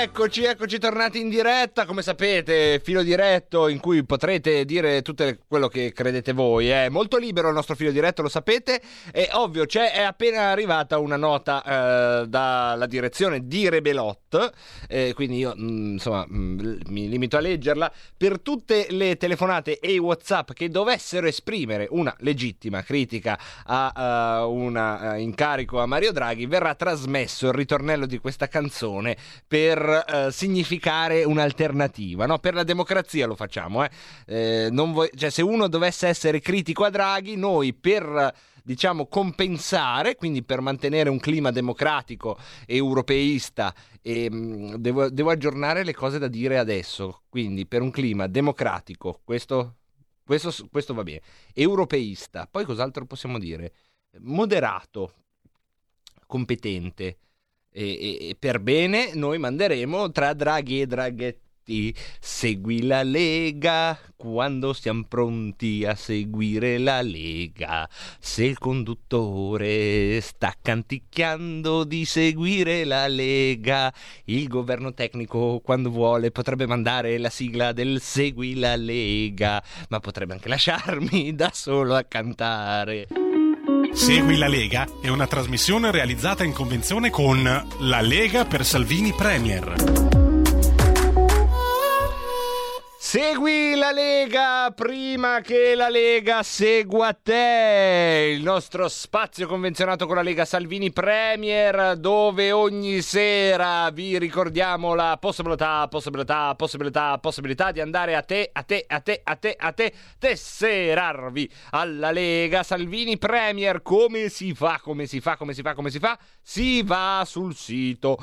Eccoci tornati in diretta, come sapete, filo diretto in cui potrete dire tutto quello che credete voi, è molto libero il nostro filo diretto, lo sapete, è ovvio, è appena arrivata una nota dalla direzione di Rebelot, quindi io mi limito a leggerla. Per tutte le telefonate e i WhatsApp che dovessero esprimere una legittima critica a un incarico a Mario Draghi, verrà trasmesso il ritornello di questa canzone per significare un'alternativa, no? Per la democrazia lo facciamo, se uno dovesse essere critico a Draghi, noi per compensare, quindi per mantenere un clima democratico e europeista, devo aggiornare le cose da dire adesso, quindi per un clima democratico, questo va bene, europeista, poi cos'altro possiamo dire? Moderato, competente, e per bene noi manderemo tra Draghi e Draghetti: segui la Lega quando siamo pronti a seguire la Lega. Se il conduttore sta canticchiando di seguire la Lega, il governo tecnico quando vuole potrebbe mandare la sigla del Segui la Lega, ma potrebbe anche lasciarmi da solo a cantare. Segui la Lega è una trasmissione realizzata in convenzione con La Lega per Salvini Premier. Segui la Lega prima che la Lega segua te, il nostro spazio convenzionato con la Lega Salvini Premier, dove ogni sera vi ricordiamo la possibilità di andare a tesserarvi alla Lega Salvini Premier. Come si fa? Si va sul sito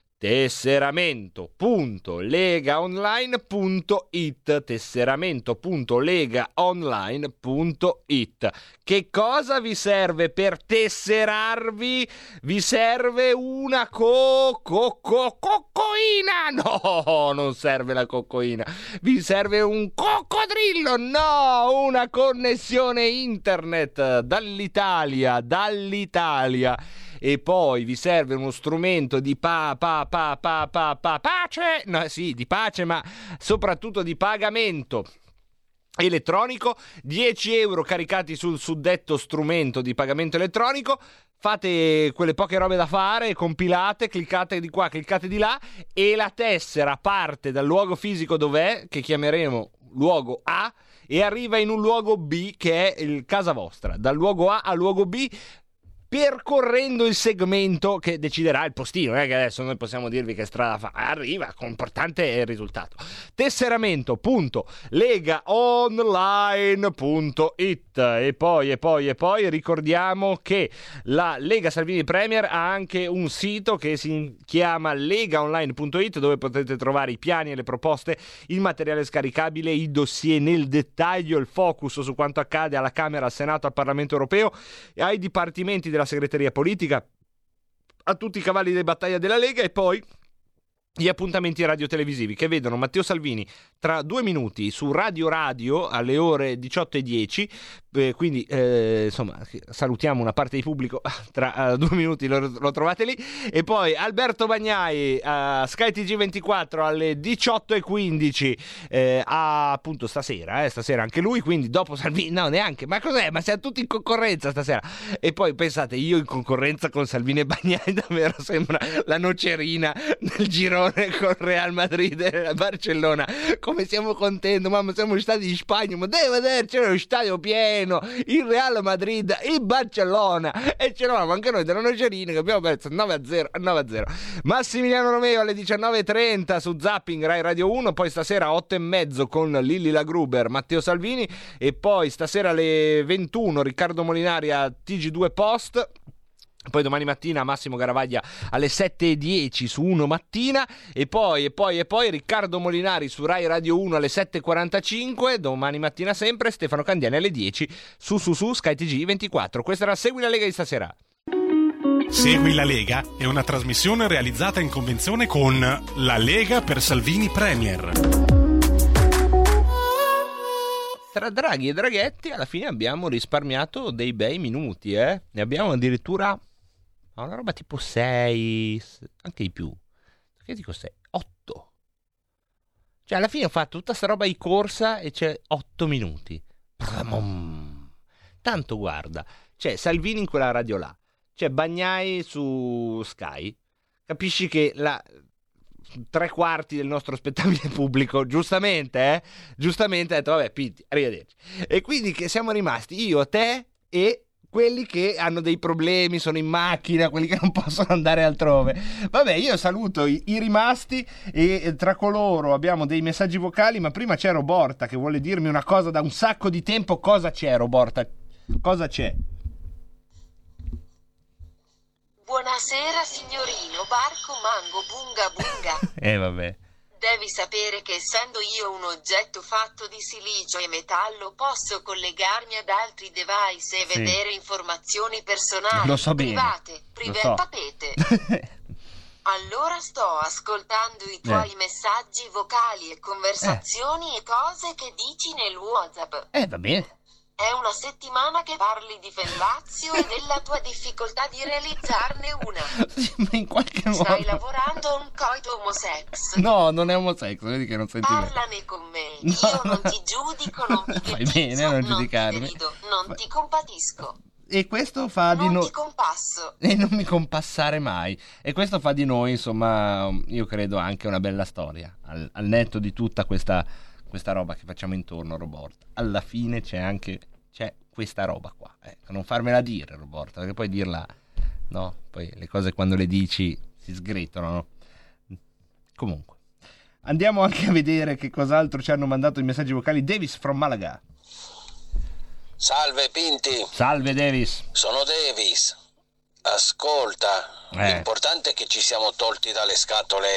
tesseramento.legaonline.it. Che cosa vi serve per tesserarvi? Vi serve una coccoina? No, non serve la coccoina. Vi serve un coccodrillo? No, una connessione internet dall'Italia. E poi vi serve uno strumento di pace, di pace, ma soprattutto di pagamento elettronico. 10 euro caricati sul suddetto strumento di pagamento elettronico. Fate quelle poche robe da fare, compilate, cliccate di qua, cliccate di là, e la tessera parte dal luogo fisico dov'è, che chiameremo luogo A, e arriva in un luogo B, che è il casa vostra. Dal luogo A al luogo B, percorrendo il segmento che deciderà il postino, che adesso noi possiamo dirvi che strada fa, arriva con importante risultato. Tesseramento.legaonline.it. E poi ricordiamo che la Lega Salvini Premier ha anche un sito che si chiama legaonline.it, dove potete trovare i piani e le proposte, il materiale scaricabile, i dossier nel dettaglio, il focus su quanto accade alla Camera, al Senato, al Parlamento Europeo e ai dipartimenti della segreteria politica, a tutti i cavalli di battaglia della Lega, e poi gli appuntamenti radiotelevisivi che vedono Matteo Salvini tra 2 minuti su Radio alle ore 18:10, quindi salutiamo una parte di pubblico, tra 2 minuti lo trovate lì, e poi Alberto Bagnai a Sky TG24 alle 18:15, appunto stasera anche lui, quindi dopo Salvini, no neanche, ma cos'è? Ma siamo tutti in concorrenza stasera. E poi pensate, io in concorrenza con Salvini e Bagnai davvero sembra la nocerina nel girone con Real Madrid e Barcellona. Come siamo contenti, mamma, siamo stati in Spagna, ma devi vedere, c'era lo stadio pieno, il Real Madrid, il Barcellona, e c'eravamo anche noi della nocerina che abbiamo perso 9-0. Massimiliano Romeo alle 19:30 su Zapping Rai Radio 1, poi stasera 8:30 con Lilli La Gruber, Matteo Salvini, e poi stasera alle 21 Riccardo Molinari a TG2 Post. Poi domani mattina Massimo Garavaglia alle 7:10 su 1 Mattina, e poi Riccardo Molinari su Rai Radio 1 alle 7:45, domani mattina sempre Stefano Candiani alle 10 su Sky TG24. Questa era Segui la Lega di stasera. Segui la Lega è una trasmissione realizzata in convenzione con La Lega per Salvini Premier. Tra Draghi e Draghetti alla fine abbiamo risparmiato dei bei minuti, Ne abbiamo addirittura una roba tipo 6, anche di più. Che dico 6? Cioè alla fine ho fatto tutta sta roba di corsa e c'è 8 minuti. Tanto guarda, c'è Salvini in quella radio là, c'è Bagnai su Sky. Capisci che la 3/4 del nostro spettabile pubblico, giustamente ha detto vabbè Pitti, arrivederci. E quindi che siamo rimasti io, te e quelli che hanno dei problemi, sono in macchina, quelli che non possono andare altrove. Vabbè, io saluto i rimasti e tra coloro abbiamo dei messaggi vocali, ma prima c'è Roborta che vuole dirmi una cosa da un sacco di tempo. Cosa c'è, Roborta? Cosa c'è? Buonasera signorino, barco mango bunga bunga. Vabbè. Devi sapere che essendo io un oggetto fatto di silicio e metallo posso collegarmi ad altri device e vedere informazioni personali, lo so private, bene. Lo so. papete. Allora sto ascoltando i tuoi messaggi vocali e conversazioni e cose che dici nel WhatsApp. Va bene. È una settimana che parli di Fellazio e della tua difficoltà di realizzarne una. Sì, ma in qualche modo. Stai lavorando a un coito homosex. No, non è homosex, vedi che non senti me. Parlane con me. Io non ti giudico, non ti Fai bene a non giudicarmi. Non ti derido, non ti compatisco. E questo fa di noi. Non ti compasso. E non mi compassare mai. E questo fa di noi, insomma, io credo anche una bella storia. Al netto di tutta questa roba che facciamo intorno, Roborta. Alla fine c'è questa roba qua. Non farmela dire, Roborta, perché poi dirla, no? Poi le cose quando le dici si sgretolano. Comunque, andiamo anche a vedere che cos'altro ci hanno mandato i messaggi vocali. Davis from Malaga. Salve Pinti. Salve Davis. Sono Davis. Ascolta, l'importante è che ci siamo tolti dalle scatole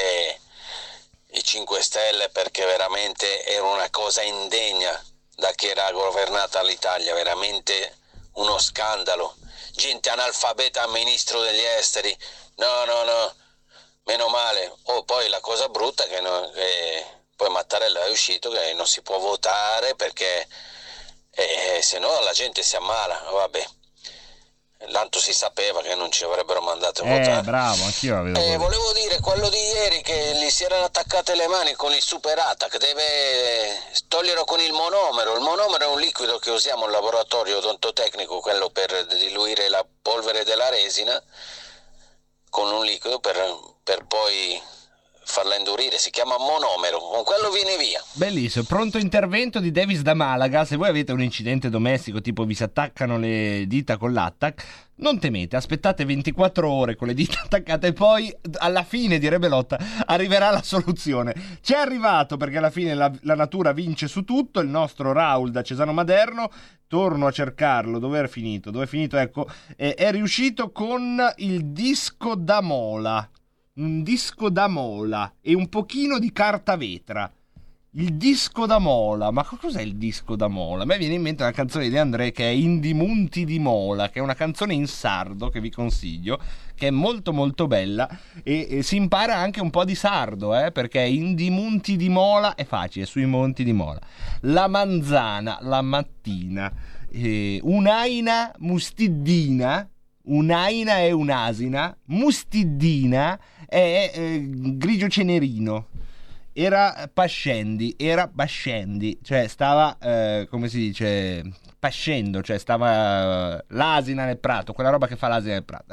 i 5 Stelle, perché veramente era una cosa indegna da che era governata l'Italia, veramente uno scandalo. Gente analfabeta al ministro degli esteri, no, meno male. Poi la cosa brutta è che poi Mattarella è uscito che non si può votare perché se no la gente si ammala, vabbè. Tanto si sapeva che non ci avrebbero mandato a votare. Bravo, anch'io la vedo. Volevo dire quello di ieri, che gli si erano attaccate le mani con il super ATAC, deve toglierlo con il monomero. Il monomero è un liquido che usiamo in laboratorio odontotecnico, quello per diluire la polvere della resina con un liquido per poi farla indurire, si chiama monomero, con quello viene via. Bellissimo, pronto intervento di Davis da Malaga. Se voi avete un incidente domestico, tipo vi si attaccano le dita con l'attack, non temete, aspettate 24 ore con le dita attaccate e poi alla fine, direbbe Lotta, arriverà la soluzione. C'è arrivato, perché alla fine la natura vince su tutto. Il nostro Raul da Cesano Maderno, torno a cercarlo, dove è finito, ecco, è riuscito con il disco da mola. Un disco da mola e un pochino di carta vetra. Il disco da mola. Ma cos'è il disco da mola? A me viene in mente una canzone di De André che è Indi Munti di Mola, che è una canzone in sardo che vi consiglio, che è molto molto bella e si impara anche un po' di sardo, perché Indi Munti di Mola è facile, sui monti di Mola. La manzana la mattina, un'aina mustiddina. Un'aina è un'asina, mustiddina è grigio cenerino. Era bascendi, cioè stava, come si dice, pascendo, cioè stava l'asina nel prato, quella roba che fa l'asina nel prato.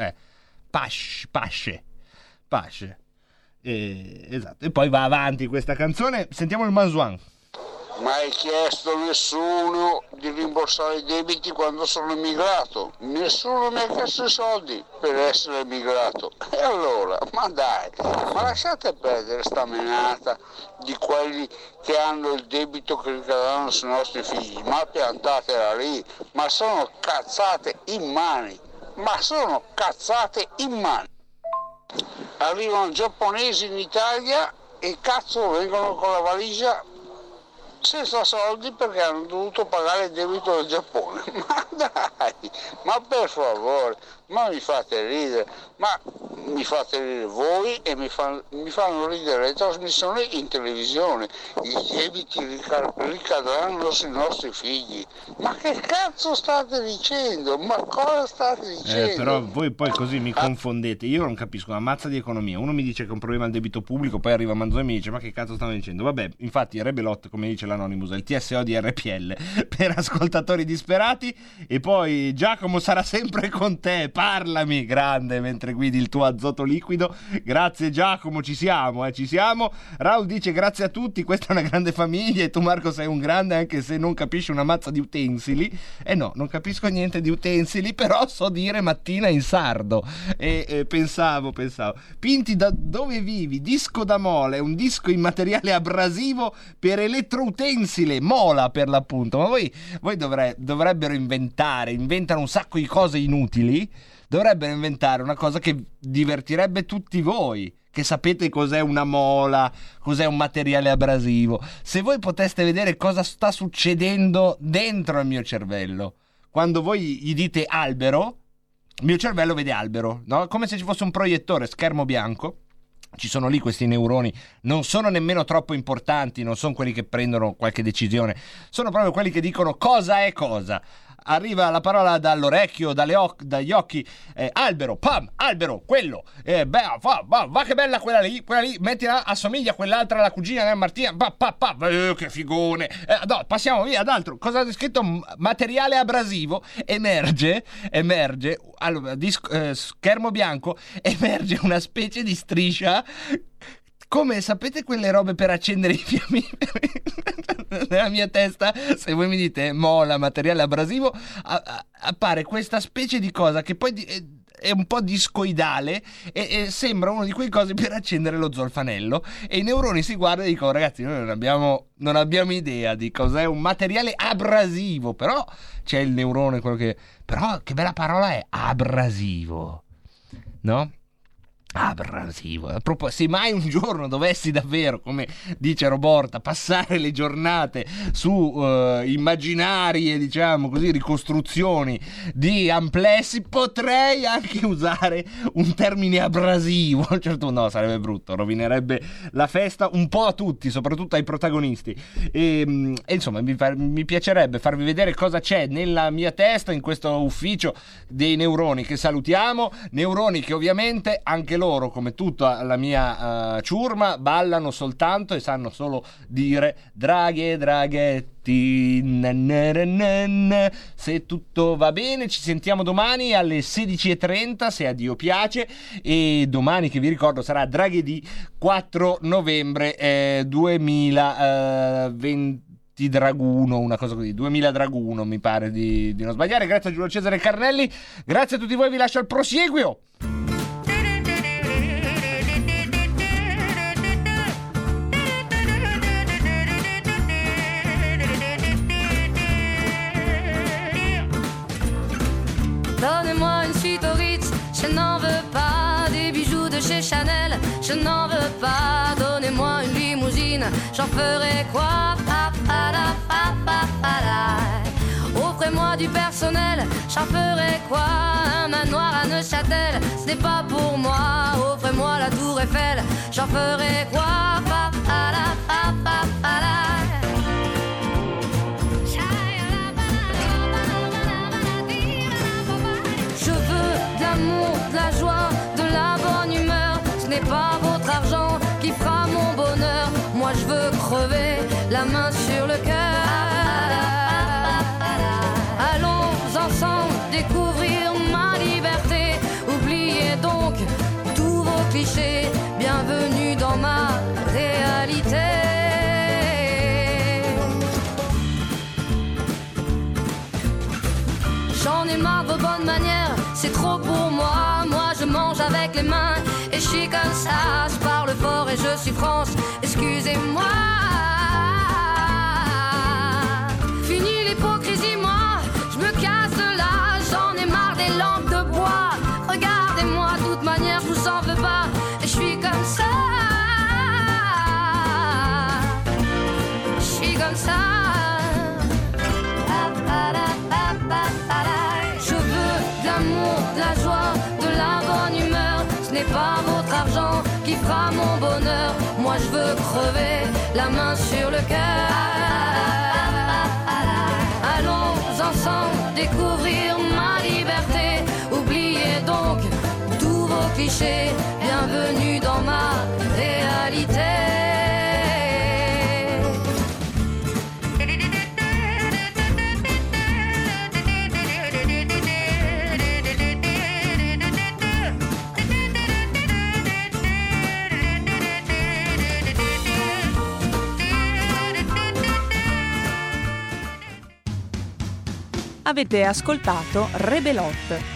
Pasce. Esatto. E poi va avanti questa canzone, sentiamo il Manzuan. Mai chiesto nessuno di rimborsare i debiti quando sono emigrato, nessuno mi ha chiesto i soldi per essere emigrato. E allora, ma dai, ma lasciate perdere sta menata di quelli che hanno il debito che ricadranno sui nostri figli, ma piantatela lì, ma sono cazzate in mani. Arrivano giapponesi in Italia e cazzo vengono con la valigia senza soldi perché hanno dovuto pagare il debito del Giappone. Ma dai, ma per favore, ma mi fate ridere, voi e mi fanno ridere le trasmissioni in televisione, i debiti ricadranno sui nostri figli. Ma che cazzo state dicendo? Ma cosa state dicendo? Però voi poi così mi confondete, io non capisco una mazza di economia. Uno mi dice che è un problema al debito pubblico, poi arriva Manzoni e mi dice ma che cazzo stanno dicendo? Vabbè, infatti Rebelot, come dice l'Anonymous, è il TSO di RPL per ascoltatori disperati. E poi Giacomo sarà sempre con te, parlami, grande, mentre guidi il tuo azoto liquido. Grazie Giacomo, ci siamo. Raul dice grazie a tutti, questa è una grande famiglia e tu Marco sei un grande anche se non capisci una mazza di utensili. No, non capisco niente di utensili, però so dire mattina in sardo. E pensavo Pinti, da dove vivi? Disco da mola, è un disco in materiale abrasivo per elettroutensile, mola per l'appunto. Ma voi dovrebbero inventano un sacco di cose inutili. Dovrebbero inventare una cosa che divertirebbe tutti voi, che sapete cos'è una mola, cos'è un materiale abrasivo. Se voi poteste vedere cosa sta succedendo dentro al mio cervello quando voi gli dite albero, il mio cervello vede albero, no? Come se ci fosse un proiettore, schermo bianco. Ci sono lì questi neuroni, non sono nemmeno troppo importanti, non sono quelli che prendono qualche decisione, sono proprio quelli che dicono cosa è cosa. Arriva la parola dall'orecchio, dagli occhi, albero, pam, albero, quello, va che bella quella lì, mettila, assomiglia a quell'altra, la cugina della Martina, che figone, no, passiamo via ad altro. Cosa ha scritto? Materiale abrasivo, emerge, allora, schermo bianco, emerge una specie di striscia, come sapete quelle robe per accendere i fiammiferi? Nella mia testa, se voi mi dite mola, materiale abrasivo, appare questa specie di cosa che poi è un po' discoidale e sembra uno di quei cosi per accendere lo zolfanello, e i neuroni si guardano e dicono ragazzi noi non abbiamo idea di cos'è un materiale abrasivo, però c'è il neurone, quello che... Però che bella parola è abrasivo, no? Abrasivo. Se mai un giorno dovessi davvero, come dice Roborta, passare le giornate su immaginarie, diciamo così, ricostruzioni di amplessi, potrei anche usare un termine abrasivo. Certo no, sarebbe brutto, rovinerebbe la festa un po' a tutti, soprattutto ai protagonisti. E insomma mi piacerebbe farvi vedere cosa c'è nella mia testa, in questo ufficio dei neuroni che salutiamo, neuroni che ovviamente anche loro, come tutta la mia ciurma, ballano soltanto e sanno solo dire Draghi e draghetti, se tutto va bene. Ci sentiamo domani alle 16:30 se a Dio piace, e domani, che vi ricordo, sarà Draghi 4 novembre 2020 Draguno, una cosa così, 2000 Draguno mi pare di non sbagliare. Grazie a Giulio Cesare Carnelli, grazie a tutti voi, vi lascio al prosieguo. Donnez-moi une suite au Ritz, je n'en veux pas. Des bijoux de chez Chanel, je n'en veux pas. Donnez-moi une limousine, j'en ferai quoi? Offrez-moi du personnel, j'en ferai quoi? Un manoir à Neuchâtel, ce n'est pas pour moi. Offrez-moi la tour Eiffel, j'en ferai quoi? Je veux de l'amour, de la joie, de la bonne humeur. Ce n'est pas votre argent qui fera mon bonheur. Moi je veux crever la main sur le cœur. Allons ensemble découvrir ma liberté. Oubliez donc tous vos clichés. Bienvenue dans ma réalité. J'en ai marre de vos bonnes manières, c'est trop pour moi. Moi je mange avec les mains et je suis comme ça. Je parle fort et je suis France, excusez-moi. Fini l'hypocrisie, moi, je me casse de là. J'en ai marre des lampes de bois. Regardez-moi, de toute manière je vous en veux pas. Et je suis comme ça. Je suis comme ça. Je veux de l'amour, de la joie, n'est pas votre argent qui fera mon bonheur. Moi je veux crever la main sur le cœur. Allons ensemble découvrir ma liberté. Oubliez donc tous vos clichés. Bienvenue dans ma réalité. Avete ascoltato Rebelot,